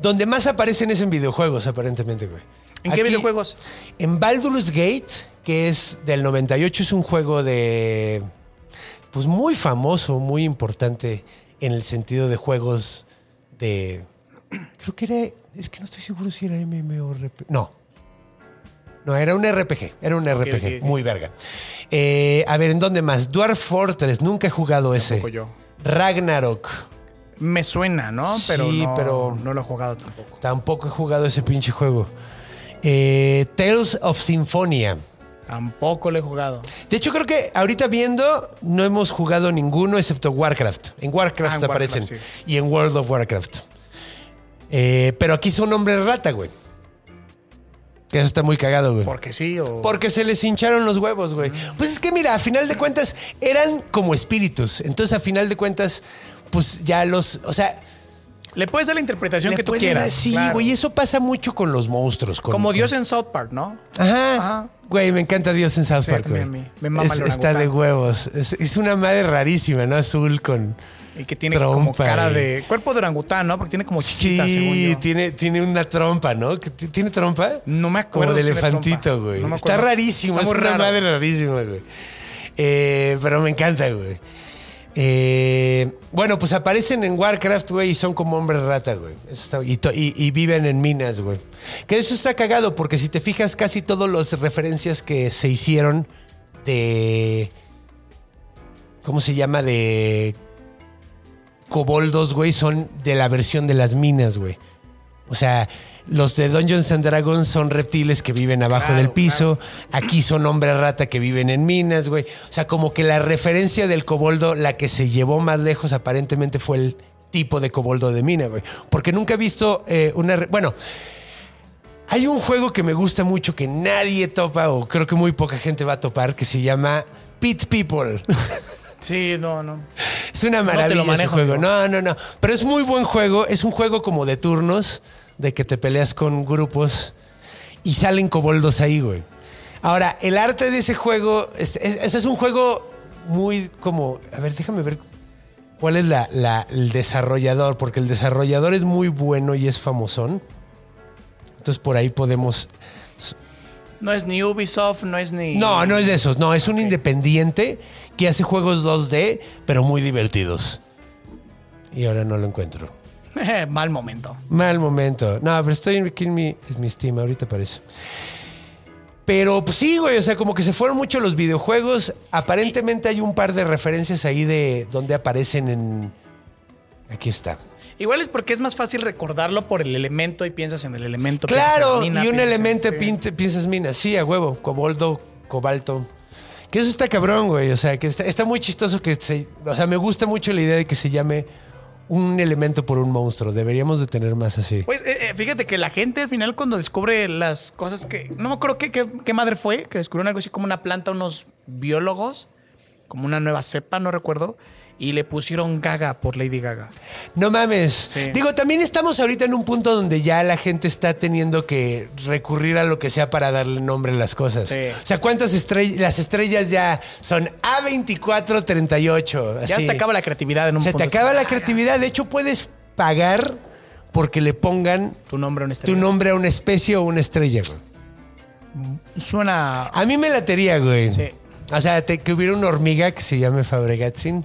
Donde más aparecen es en videojuegos, aparentemente, güey. ¿En qué Aquí, videojuegos? En Baldur's Gate, que es del noventa y ocho, es un juego de... Pues muy famoso, muy importante en el sentido de juegos de... Creo que era... Es que no estoy seguro si era M M O R P G. No. No, era un R P G. Era un R P G. Okay, okay, okay. Muy verga. Eh, a ver, ¿en dónde más? Dwarf Fortress. Nunca he jugado ese. Tampoco yo. Ragnarok. Me suena, ¿no? Pero, sí, no, pero no lo he jugado tampoco. Tampoco he jugado ese pinche juego. Eh, Tales of Symphonia. Tampoco lo he jugado. De hecho, creo que ahorita viendo no hemos jugado ninguno excepto Warcraft. En Warcraft ah, en aparecen. Warcraft, sí. Y en World of Warcraft. Eh, pero aquí son hombres rata, güey. Que eso está muy cagado, güey. ¿Porque sí o...? Porque se les hincharon los huevos, güey. Mm. Pues es que mira, a final de cuentas eran como espíritus. Entonces, a final de cuentas, pues ya los... O sea... Le puedes dar la interpretación que tú quieras. Sí, güey. Claro. Y eso pasa mucho con los monstruos. Con, como con... Dios en South Park, ¿no? Ajá. Ajá. Güey, me encanta Dios en South sí, Park, güey. Me mama es, está de huevos. Es, es una madre rarísima, ¿no? Azul con... Y que tiene como cara y... de... Cuerpo de orangután, ¿no? Porque tiene como chiquita, sí, según yo. Tiene, tiene una trompa, ¿no? ¿Tiene trompa? No me acuerdo. Como de elefantito, güey. No está rarísimo. Está es una raro. Madre rarísima, güey. Eh, pero me encanta, güey. Eh, bueno, pues aparecen en Warcraft, güey, y son como hombres rata, güey. Eso está, y, to, y, y viven en minas, güey. Que eso está cagado, porque si te fijas, casi todas las referencias que se hicieron de... ¿Cómo se llama? De... Koboldos, güey, son de la versión de las minas, güey. O sea, los de Dungeons and Dragons son reptiles que viven abajo claro, del piso. Claro. Aquí son hombres rata que viven en minas, güey. O sea, como que la referencia del koboldo, la que se llevó más lejos aparentemente fue el tipo de koboldo de mina, güey. Porque nunca he visto eh, una... Re- bueno, hay un juego que me gusta mucho que nadie topa, o creo que muy poca gente va a topar, que se llama Pit People. Sí, no, no. Es una maravilla no te lo manejo, ese juego. Amigo. No, no, no. Pero es muy buen juego. Es un juego como de turnos, de que te peleas con grupos y salen koboldos ahí, güey. Ahora, el arte de ese juego, es, es, es un juego muy como... A ver, déjame ver cuál es la, la, el desarrollador, porque el desarrollador es muy bueno y es famosón. Entonces, por ahí podemos... No es ni Ubisoft, no es ni... No, no es de esos. No, es un okay. independiente que hace juegos dos D, pero muy divertidos. Y ahora no lo encuentro. Mal momento. Mal momento. No, pero estoy aquí en mi, es mi Steam, ahorita parece. Pero pues sí, güey, o sea, como que se fueron mucho los videojuegos. Aparentemente hay un par de referencias ahí de donde aparecen en... Aquí está. Igual es porque es más fácil recordarlo por el elemento y piensas en el elemento. Claro, en mina, y un elemento en, sí. piensas minas. Sí, a huevo, cobalto, cobalto. Que eso está cabrón, güey. O sea, que está, está muy chistoso que se... O sea, me gusta mucho la idea de que se llame un elemento por un monstruo. Deberíamos de tener más así. Pues eh, fíjate que la gente al final cuando descubre las cosas que... No me acuerdo qué, qué, qué madre fue, que descubrieron algo así como una planta, unos biólogos, como una nueva cepa, no recuerdo. Y le pusieron Gaga por Lady Gaga. No mames. Sí. Digo, también estamos ahorita en un punto donde ya la gente está teniendo que recurrir a lo que sea para darle nombre a las cosas. Sí. O sea, ¿cuántas estrellas? Las estrellas ya son A veinticuatro treinta y ocho. Así. Ya se te acaba la creatividad en un se punto. Se te acaba la creatividad. De hecho, puedes pagar porque le pongan tu nombre a una estrella. Tu nombre a una especie o una estrella, güey. Suena... A mí me latería, güey. Sí. O sea, te, que hubiera una hormiga que se llame Fabregatzin.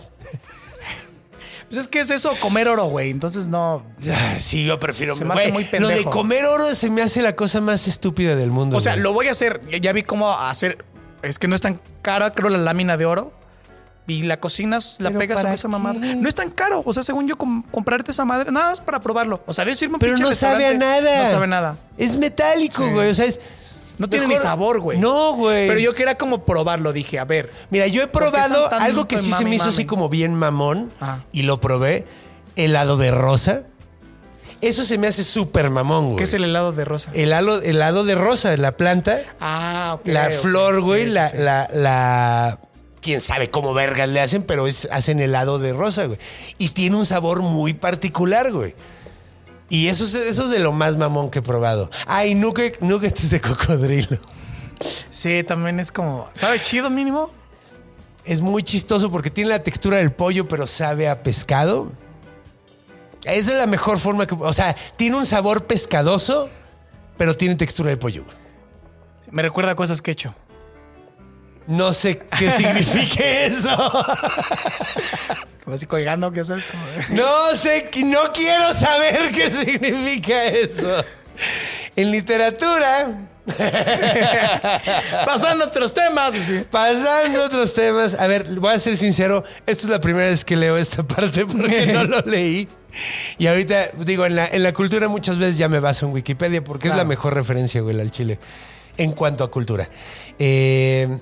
Pues es que es eso, comer oro, güey. Entonces no... Sí, yo prefiero... Se me hace muy pendejo. Lo de comer oro se me hace la cosa más estúpida del mundo. O sea, güey. Lo voy a hacer. Ya vi cómo hacer... Es que no es tan cara, creo, la lámina de oro. Y la cocinas, la pegas sobre esa mamada. No es tan caro. O sea, según yo, com- comprarte esa madre, nada más para probarlo. O sea, debes irme un Pero no sabe a nada. No sabe nada. Es metálico, sí. güey. O sea, es... No tiene Mejor, ni sabor, güey. No, güey. Pero yo quería como probarlo. Dije, a ver. Mira, yo he probado algo que sí mami, se me hizo mami. así como bien mamón. Ajá. Y lo probé. Helado de rosa. Eso se me hace súper mamón, güey. ¿Qué es el helado de rosa? El helado, helado de rosa, la planta. Ah, ok. La okay. flor, güey. Sí, la, sí. la, la... Quién sabe cómo vergas le hacen, pero es, hacen helado de rosa, güey. Y tiene un sabor muy particular, güey. Y eso es, eso es de lo más mamón que he probado. Ay, nugget, nuggets de cocodrilo. Sí, también es como... ¿Sabe chido mínimo? Es muy chistoso porque tiene la textura del pollo, pero sabe a pescado. Esa es la mejor forma que... O sea, tiene un sabor pescadoso, pero tiene textura de pollo, güey. Me recuerda a cosas que he hecho. No sé qué signifique eso. Como así colgando, ¿qué eso es? Como... No sé, no quiero saber qué significa eso. En literatura... Pasando a otros temas. Sí. Pasando a otros temas. A ver, voy a ser sincero. Esta es la primera vez que leo esta parte porque no lo leí. Y ahorita, digo, en la, en la cultura muchas veces ya me baso en Wikipedia porque claro. Es la mejor referencia, güey, al chile. En cuanto a cultura. Eh...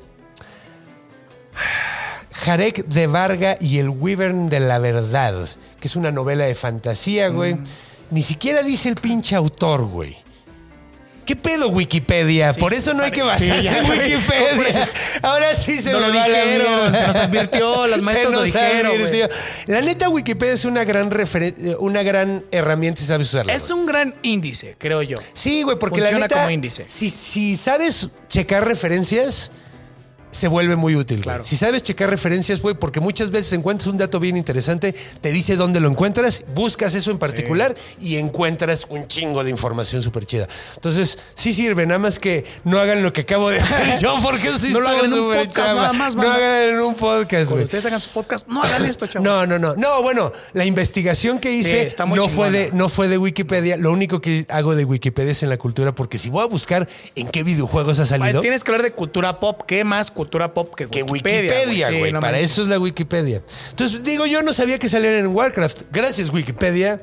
Jarek de Varga y el Wyvern de la Verdad, que es una novela de fantasía, güey. Mm. Ni siquiera dice el pinche autor, güey. ¿Qué pedo, Wikipedia? Sí, por eso no hay que basarse sí, en Wikipedia. Ahora sí se no me lo va dijeron, la mierda. Se nos advirtió, las maestras lo dijeron. Advirtió. La neta, Wikipedia es una gran referen- una gran herramienta si sabes usarla. Es güey. un gran índice, creo yo. Sí, güey, porque funciona la neta, como índice. Si, si sabes checar referencias... se vuelve muy útil, claro. Güey. Si sabes checar referencias, güey, porque muchas veces encuentras un dato bien interesante, te dice dónde lo encuentras, buscas eso en particular sí. y encuentras un chingo de información súper chida. Entonces, sí sirve, nada más que no hagan lo que acabo de hacer yo, porque eso sí no lo hagan en un podcast, chava. Nada más, no man. hagan en un podcast, güey. Cuando ustedes hagan su podcast, no hagan esto, chavos. No, no, no. No, bueno, la investigación que hice sí, no, fue de, no fue de Wikipedia. Lo único que hago de Wikipedia es en la cultura, porque si voy a buscar en qué videojuegos ha salido... Pues tienes que hablar de cultura pop. ¿Qué más cultura pop que que Wikipedia, güey. Sí, no para eso es la Wikipedia. Entonces, digo, yo no sabía que salían en Warcraft. Gracias, Wikipedia.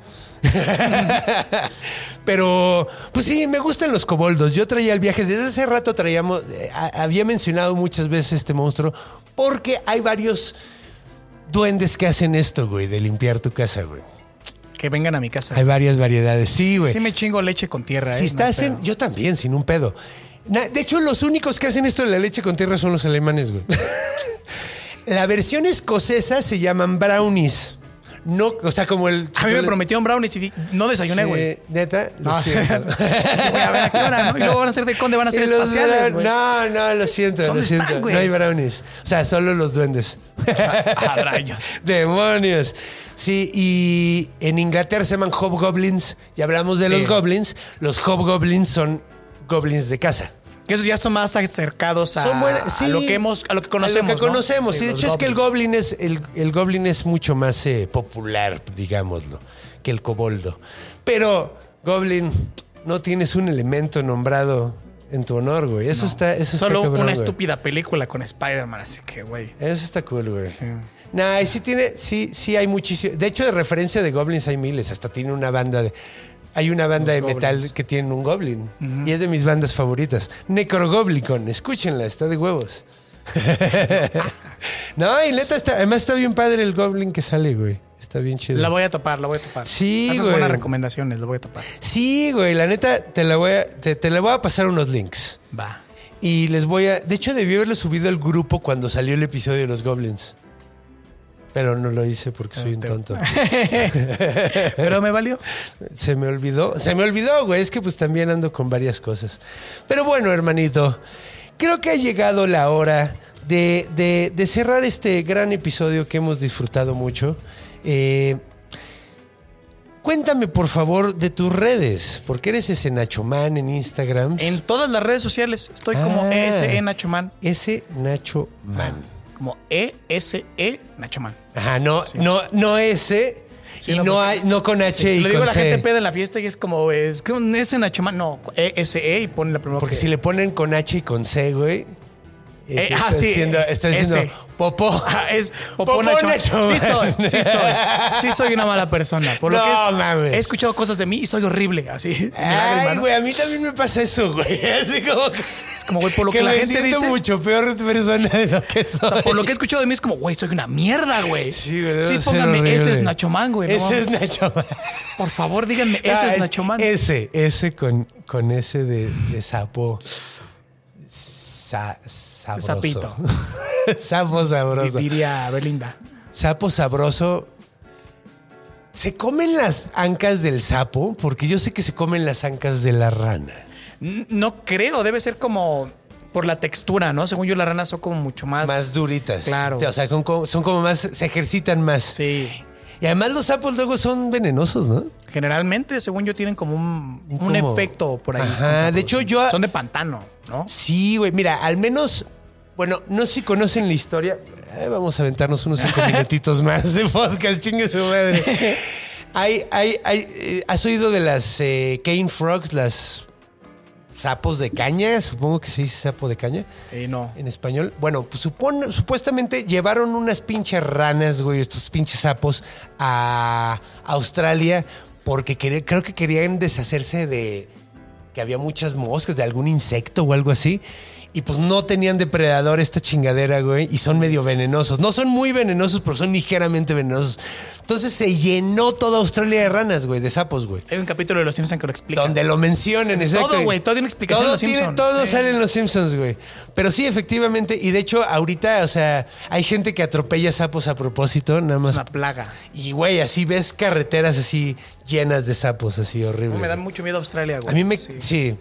Pero, pues sí, me gustan los koboldos. Yo traía el viaje. Desde hace rato traíamos... Eh, había mencionado muchas veces este monstruo porque hay varios duendes que hacen esto, güey, de limpiar tu casa, güey. Que vengan a mi casa. Hay varias variedades. Sí, güey. Sí me chingo leche con tierra, Si eh, estás no, en... Yo también, sin un pedo. De hecho, los únicos que hacen esto de la leche con tierra son los alemanes, güey. La versión escocesa se llaman brownies. No, o sea, como el... A mí me prometieron brownies y no desayuné, güey. Sí, ¿neta? No. Voy a ver a qué hora, ¿no? Y luego van a ser de conde, van a ser espaciales, güey. No, no, lo siento, ¿Dónde lo siento. están, güey? No hay brownies. O sea, solo los duendes. ¡Ah, rayos! ¡Demonios! Sí, y en Inglaterra se llaman hobgoblins. Ya hablamos de sí. los goblins. Los hobgoblins son goblins de casa. Que esos ya son más acercados a, buena, sí, a lo que hemos, a lo que conocemos. A lo que ¿no? conocemos. Sí, sí, de hecho, goblins. Es que el goblin es, el, el goblin es mucho más eh, popular, digámoslo, que el koboldo. Pero, goblin, no tienes un elemento nombrado en tu honor, güey. Eso no. está. Eso Solo está cabrón, una güey. estúpida película con Spider-Man, así que, güey. Eso está cool, güey. Sí. Nah, y sí tiene, sí, sí hay muchísimo. De hecho, de referencia de goblins hay miles. Hasta tiene una banda de. Hay una banda Los de metal goblins. Que tiene un goblin. Uh-huh. Y es de mis bandas favoritas. Necrogoblicon. Escúchenla, está de huevos. No, y neta, está, además está bien padre el goblin que sale, güey. Está bien chido. La voy a topar, la voy a topar. Sí, Esas güey. buenas recomendaciones, la voy a topar. Sí, güey. La neta, te la voy a, te, te la voy a pasar unos links. Va. Y les voy a... De hecho, debí haberlo subido al grupo cuando salió el episodio de los goblins. Pero no lo hice porque soy un tonto. Pero me valió. Se me olvidó. Se me olvidó, güey. Es que pues también ando con varias cosas. Pero bueno, hermanito. Creo que ha llegado la hora de, de, de cerrar este gran episodio que hemos disfrutado mucho. Eh, cuéntame, por favor, de tus redes. Porque eres ese Nacho Man en Instagram. En todas las redes sociales. Estoy como ah, E S E Nacho Man. Ese Nacho Man. Ah. Como E S E Nacho Man. Ajá, no, sí. no, no S sí, y no, no, hay, no con H sí, y con C. Lo digo a la gente peda en la fiesta y es como, es que un S Nacho Man, no, E S E y ponen la primera. Porque que... si le ponen con H y con C, güey. Eh, ah, sí. Diciendo, está diciendo Popó. Ah, es Popó, Popó Nacho, Nacho Man. Sí soy, sí soy. Sí soy una mala persona. Por lo no, que es, mames. He escuchado cosas de mí y soy horrible, así. Ay, güey, a mí también me pasa eso, güey. Así como que... Es como, güey, por lo que, que la me gente siento dice... mucho peor persona de lo que soy. O sea, por lo que he escuchado de mí es como, güey, soy una mierda, güey. Sí, güey. Sí, pónganme, ese es Nacho Man, güey. Ese no, es Nacho Man. Por favor, díganme, ese ah, es, es Nacho Man. Ese, ese con, con ese de, de sapo... Sa, sabroso. Sapito. Sapo sabroso. Diría Belinda. Sapo sabroso. ¿Se comen las ancas del sapo? Porque yo sé que se comen las ancas de la rana. No creo, debe ser como por la textura, ¿no? Según yo, las ranas son como mucho más... Más duritas. Claro. O sea, son como, son como más... Se ejercitan más. Sí. Y además los sapos luego son venenosos, ¿no? Generalmente, según yo, tienen como un, un Como- efecto por ahí. Ajá, de hecho yo... Son de pantano, ¿no? Sí, güey, mira, al menos... Bueno, no sé si conocen la historia. Eh, vamos a aventarnos unos cinco minutitos más de podcast, chingue su madre. Hay, hay, hay, eh, ¿Has oído de las eh, cane frogs, las sapos de caña? Supongo que se dice sapo de caña. Eh, no. En español. Bueno, pues supone, supuestamente llevaron unas pinches ranas, güey, estos pinches sapos a Australia porque quería- creo que querían deshacerse de que había muchas moscas, de algún insecto o algo así. Y pues no tenían depredador esta chingadera, güey. Y son medio venenosos. No son muy venenosos, pero son ligeramente venenosos. Entonces se llenó toda Australia de ranas, güey, de sapos, güey. Hay un capítulo de Los Simpsons que lo explica. Donde lo mencionen, exacto. Todo, güey, todo tiene explicación en Todo Los tiene, Simpsons. todo Sí. sale en Los Simpsons, güey. Pero sí, efectivamente. Y de hecho, ahorita, o sea, hay gente que atropella sapos a propósito, nada Es más. una plaga. Y, güey, así ves carreteras así llenas de sapos, así horrible. Me da mucho miedo Australia, güey. A mí me... Sí. Sí.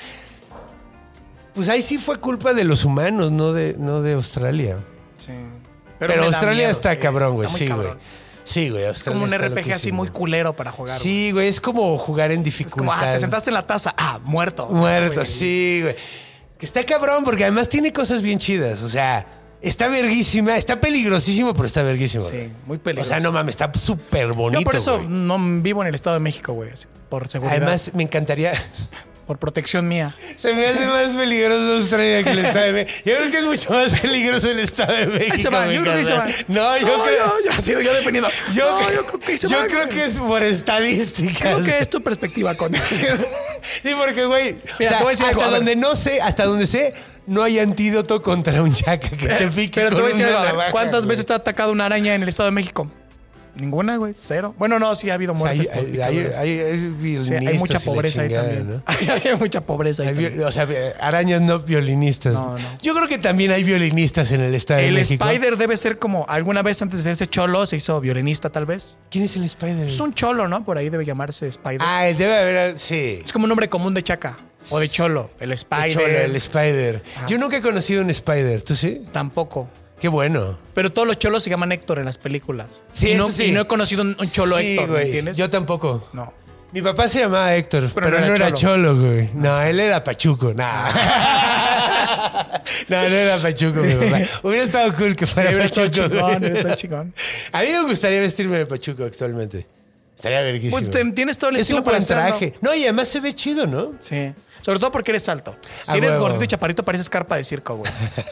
Pues ahí sí fue culpa de los humanos, no de, no de Australia. Sí. Pero, me da Australia miedo, está sí. cabrón, güey. Está muy Sí, güey. cabrón. Sí, güey. Es como un R P G así muy culero para jugar. güey. Sí, güey. Es como jugar en Es como, dificultad. ah, te sentaste en la taza. Ah, muerto. O sea, Muerto, güey. sí, güey. Que está cabrón porque además tiene cosas bien chidas. O sea, está verguísima, está peligrosísimo, pero está verguísimo. Sí, güey. muy O peligroso. sea, no mames, está súper bonito. Yo por eso güey. no vivo en el Estado de México, güey. así, Por seguridad. Además, me encantaría. por protección mía. Se me hace más peligroso Australia que el Estado de México. Yo creo que es mucho más peligroso el Estado de México. Ahí se van, mi yo creo que ahí se carnal. van. No, yo creo. Yo, yo, sí, yo defendiendo. Yo, No, cre- yo creo que ahí se yo van, creo güey. que es por estadísticas. Creo que es tu perspectiva con Sí, porque, güey, o Mira, sea, te voy a decir algo, hasta a ver. donde no sé, hasta donde sé, no hay antídoto contra un chaca que te pique Pero te con voy a decir una algo, a ver, navaja, ¿cuántas güey. veces te ha atacado una araña en el Estado de México? Ninguna, güey. Cero. Bueno, no, sí ha habido O sea, muertes hay, por hay, picaduras. hay, hay Sí, violinistas hay mucha y la pobreza ahí chingada, también. ¿no? Hay mucha pobreza ahí Hay también. vi- o sea, arañas no violinistas. No, no. Yo creo que también hay violinistas en el Estado de El México. Spider debe ser como alguna vez antes de ese cholo se hizo violinista, tal vez. ¿Quién es el Spider? Es un cholo, ¿no? Por ahí debe llamarse Spider. Ah, debe haber, sí. Es como un nombre común de chaca o de cholo. El Spider. El cholo, el Spider. Yo nunca he conocido un Spider, ¿tú sí? Tampoco. Qué bueno. Pero todos los cholos se llaman Héctor en las películas. Sí, y, no, eso sí. y no he conocido un, un cholo Sí, Héctor, ¿me güey. entiendes? Yo tampoco. No. Mi papá se llamaba Héctor, pero, no era cholo, güey. No, él era Pachuco. Nah. no, no era Pachuco, mi papá. Hubiera estado cool que fuera Sí, hubiera estado Pachuco. chingón, güey. hubiera estado chingón. A mí me gustaría vestirme de Pachuco actualmente. Estaría verguísimo. Pues, te- tienes todo el es estilo un para buen hacerlo. traje. No, y además se ve chido, ¿no? Sí. Sobre todo porque eres alto. Si A eres huevo. gordito y chaparrito, pareces carpa de circo, güey.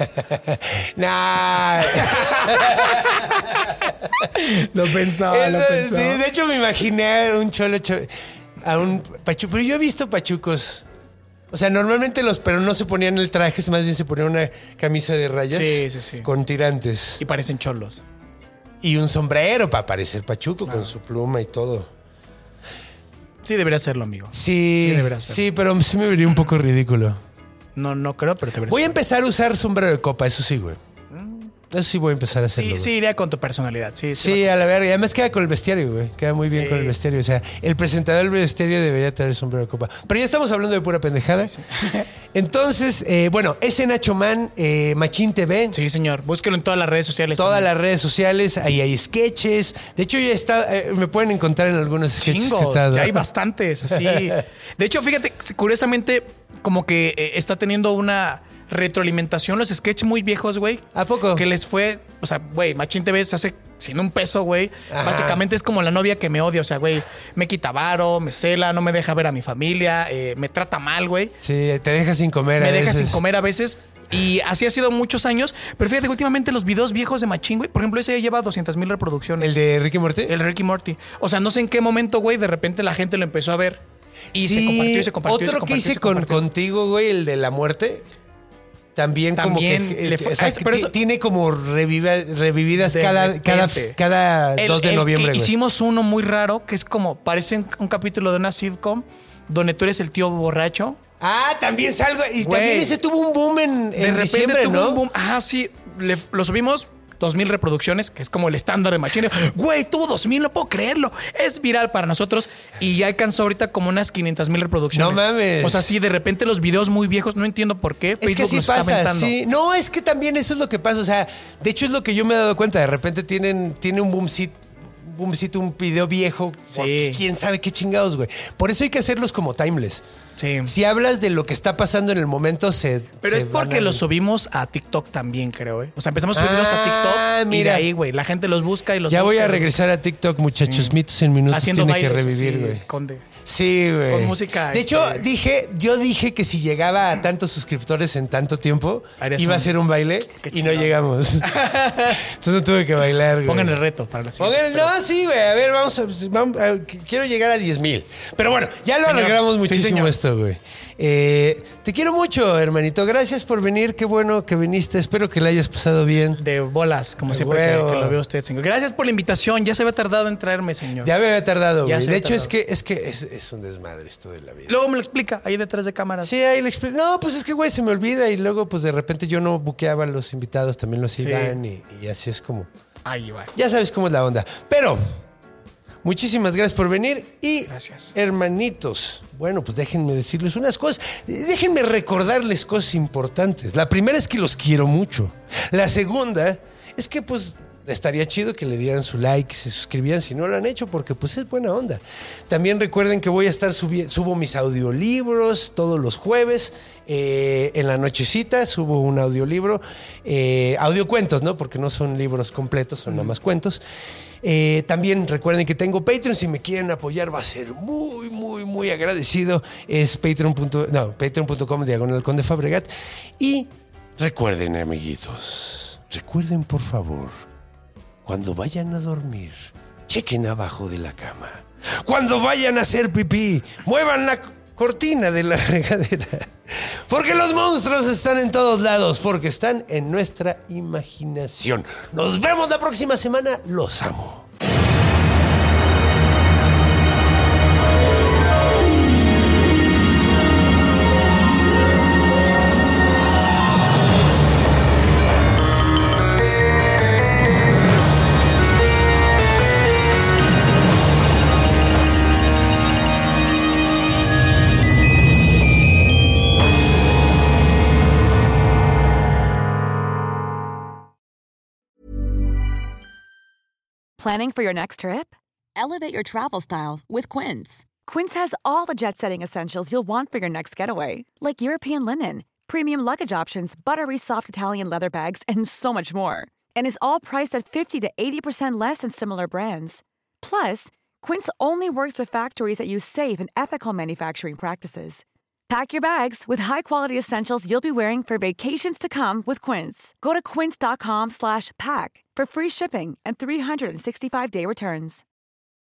nah. Lo pensaba, lo Eso, pensaba. sí, de hecho me imaginé a un cholo, cho- a un pachuco. Pero yo he visto pachucos. O sea, normalmente los, pero no se ponían el traje, más bien se ponían una camisa de rayas. Sí, sí, sí. Con tirantes. Y parecen cholos. Y un sombrero para parecer pachuco con su pluma y todo. Sí, debería serlo, amigo. Sí, Sí, debería ser. sí, pero sí me vería un poco ridículo. No, no creo, pero te debería Voy a ser. empezar a usar sombrero de copa, eso sí, güey. Eso sí voy a empezar a hacerlo. Sí, güey. sí, iría con tu personalidad. Sí, sí. Sí, a la verga. Y además queda con el bestiario, güey. Queda muy bien Sí. con el bestiario. O sea, el presentador del bestiario debería traer sombrero de copa. Pero ya estamos hablando de pura pendejada. Entonces, eh, bueno, ese Nacho Man, eh, Machín T V. Sí, señor. Búsquelo en todas las redes sociales. Todas también. las redes sociales, ahí hay sketches. De hecho, ya está, eh, me pueden encontrar en algunos sketches que Chingos, está. ya hay bastantes, así. De hecho, fíjate, curiosamente, como que eh, está teniendo una retroalimentación los sketches muy viejos, güey. ¿A poco? Que les fue, o sea, güey, Machín T V se hace sin un peso, güey. Ajá. Básicamente es como la novia que me odia, o sea, güey, me quita varo, me cela, no me deja ver a mi familia, eh, me trata mal, güey. Sí, te deja sin comer a Me deja veces. sin comer a veces. Y así ha sido muchos años. Pero fíjate, últimamente los videos viejos de Machín, güey, por ejemplo, ese ya lleva doscientas mil reproducciones. ¿El de Ricky Morty? El Ricky Morty. O sea, no sé en qué momento, güey, de repente la gente lo empezó a ver. Y se compartió y se compartió. y Otro se que compartió y hice se con, compartió. contigo, güey, el de la muerte. También, También como que, le eh, fue- o sea, ah, que pero ti- eso- tiene como reviva- revividas De cada, cada, repente. cada El- dos de el noviembre, que güey. hicimos uno muy raro que es como, parece un, un capítulo de una sitcom donde tú eres el tío borracho. Ah, también salgo. Y Güey. también ese tuvo un boom en, De en repente diciembre, tuvo ¿no? un boom. Ah, sí. Le- lo subimos. Dos mil reproducciones, que es como el estándar de Machín. Güey, tuvo dos mil, no puedo creerlo. Es viral para nosotros y ya alcanzó ahorita como unas quinientas mil reproducciones. No mames. O sea, sí, de repente los videos muy viejos, no entiendo por qué. Es que Facebook sí nos está pasa, aventando. sí. No, es que también eso es lo que pasa. O sea, de hecho es lo que yo me he dado cuenta. De repente tienen, tiene un boom, sí, un besito, un video viejo. Sí. Quién sabe qué chingados, güey. Por eso hay que hacerlos como timeless. Sí. Si hablas de lo que está pasando en el momento, se. Pero se es porque van a... los subimos a TikTok también, creo, ¿eh? O sea, empezamos a subirlos Ah, a TikTok mira. y de ahí, güey, la gente los busca y los Ya busca voy a y los regresar a TikTok, muchachos. Mitos en minutos. haciendo Tiene que bailes revivir, así, güey. Conde. Sí, güey. Con música, De hecho, este- dije, yo dije que si llegaba a tantos suscriptores en tanto tiempo, Harías iba a un- ser un baile Qué y no chingón. llegamos. Entonces no tuve que bailar, güey. Pongan el reto para la siguiente. Pongan el- no, sí, güey. A ver, vamos a, vamos a- Quiero llegar a diez mil. Pero bueno, ya lo Señor. arreglamos Sí, muchísimo señor. esto, güey. Eh, te quiero mucho, hermanito. Gracias por venir. Qué bueno que viniste. Espero que la hayas pasado bien. De bolas, como De siempre que, huevo. que lo veo usted, señor. Gracias por la invitación. Ya se había tardado en traerme, señor. Ya me había tardado, Ya güey. se De había hecho, es tardado. que, es que es, es un desmadre esto de la vida. Luego me lo explica, ahí detrás de cámaras. Sí, ahí le explico. No, pues es que, güey, se me olvida y luego, pues de repente yo no buqueaba a los invitados, también los Sí. iban y, y así es como. Ahí va. Ya sabes cómo es la onda. Pero, muchísimas gracias por venir y, Gracias. hermanitos, bueno, pues déjenme decirles unas cosas. Déjenme recordarles cosas importantes. La primera es que los quiero mucho. La segunda es que, pues, estaría chido que le dieran su like, se suscribieran si no lo han hecho, porque pues es buena onda. También recuerden que voy a estar subiendo, subo mis audiolibros todos los jueves. Eh, en la nochecita subo un audiolibro, eh, audiocuentos, ¿no? Porque no son libros completos, son nada más cuentos. Eh, también recuerden que tengo Patreon. Si me quieren apoyar, va a ser muy, muy, muy agradecido. Es patreon. No, patreon punto com diagonal Conde Fabregat. Y recuerden, amiguitos, recuerden por favor, cuando vayan a dormir, chequen abajo de la cama. Cuando vayan a hacer pipí, muevan la cortina de la regadera. Porque los monstruos están en todos lados, porque están en nuestra imaginación. Nos vemos la próxima semana. Los amo. Planning for your next trip? Elevate your travel style with Quince. Quince has all the jet-setting essentials you'll want for your next getaway, like European linen, premium luggage options, buttery soft Italian leather bags, and so much more. And is all priced at fifty to eighty percent less than similar brands. Plus, Quince only works with factories that use safe and ethical manufacturing practices. Pack your bags with high-quality essentials you'll be wearing for vacations to come with Quince. Go to quince dot com slash pack for free shipping and three sixty-five day returns.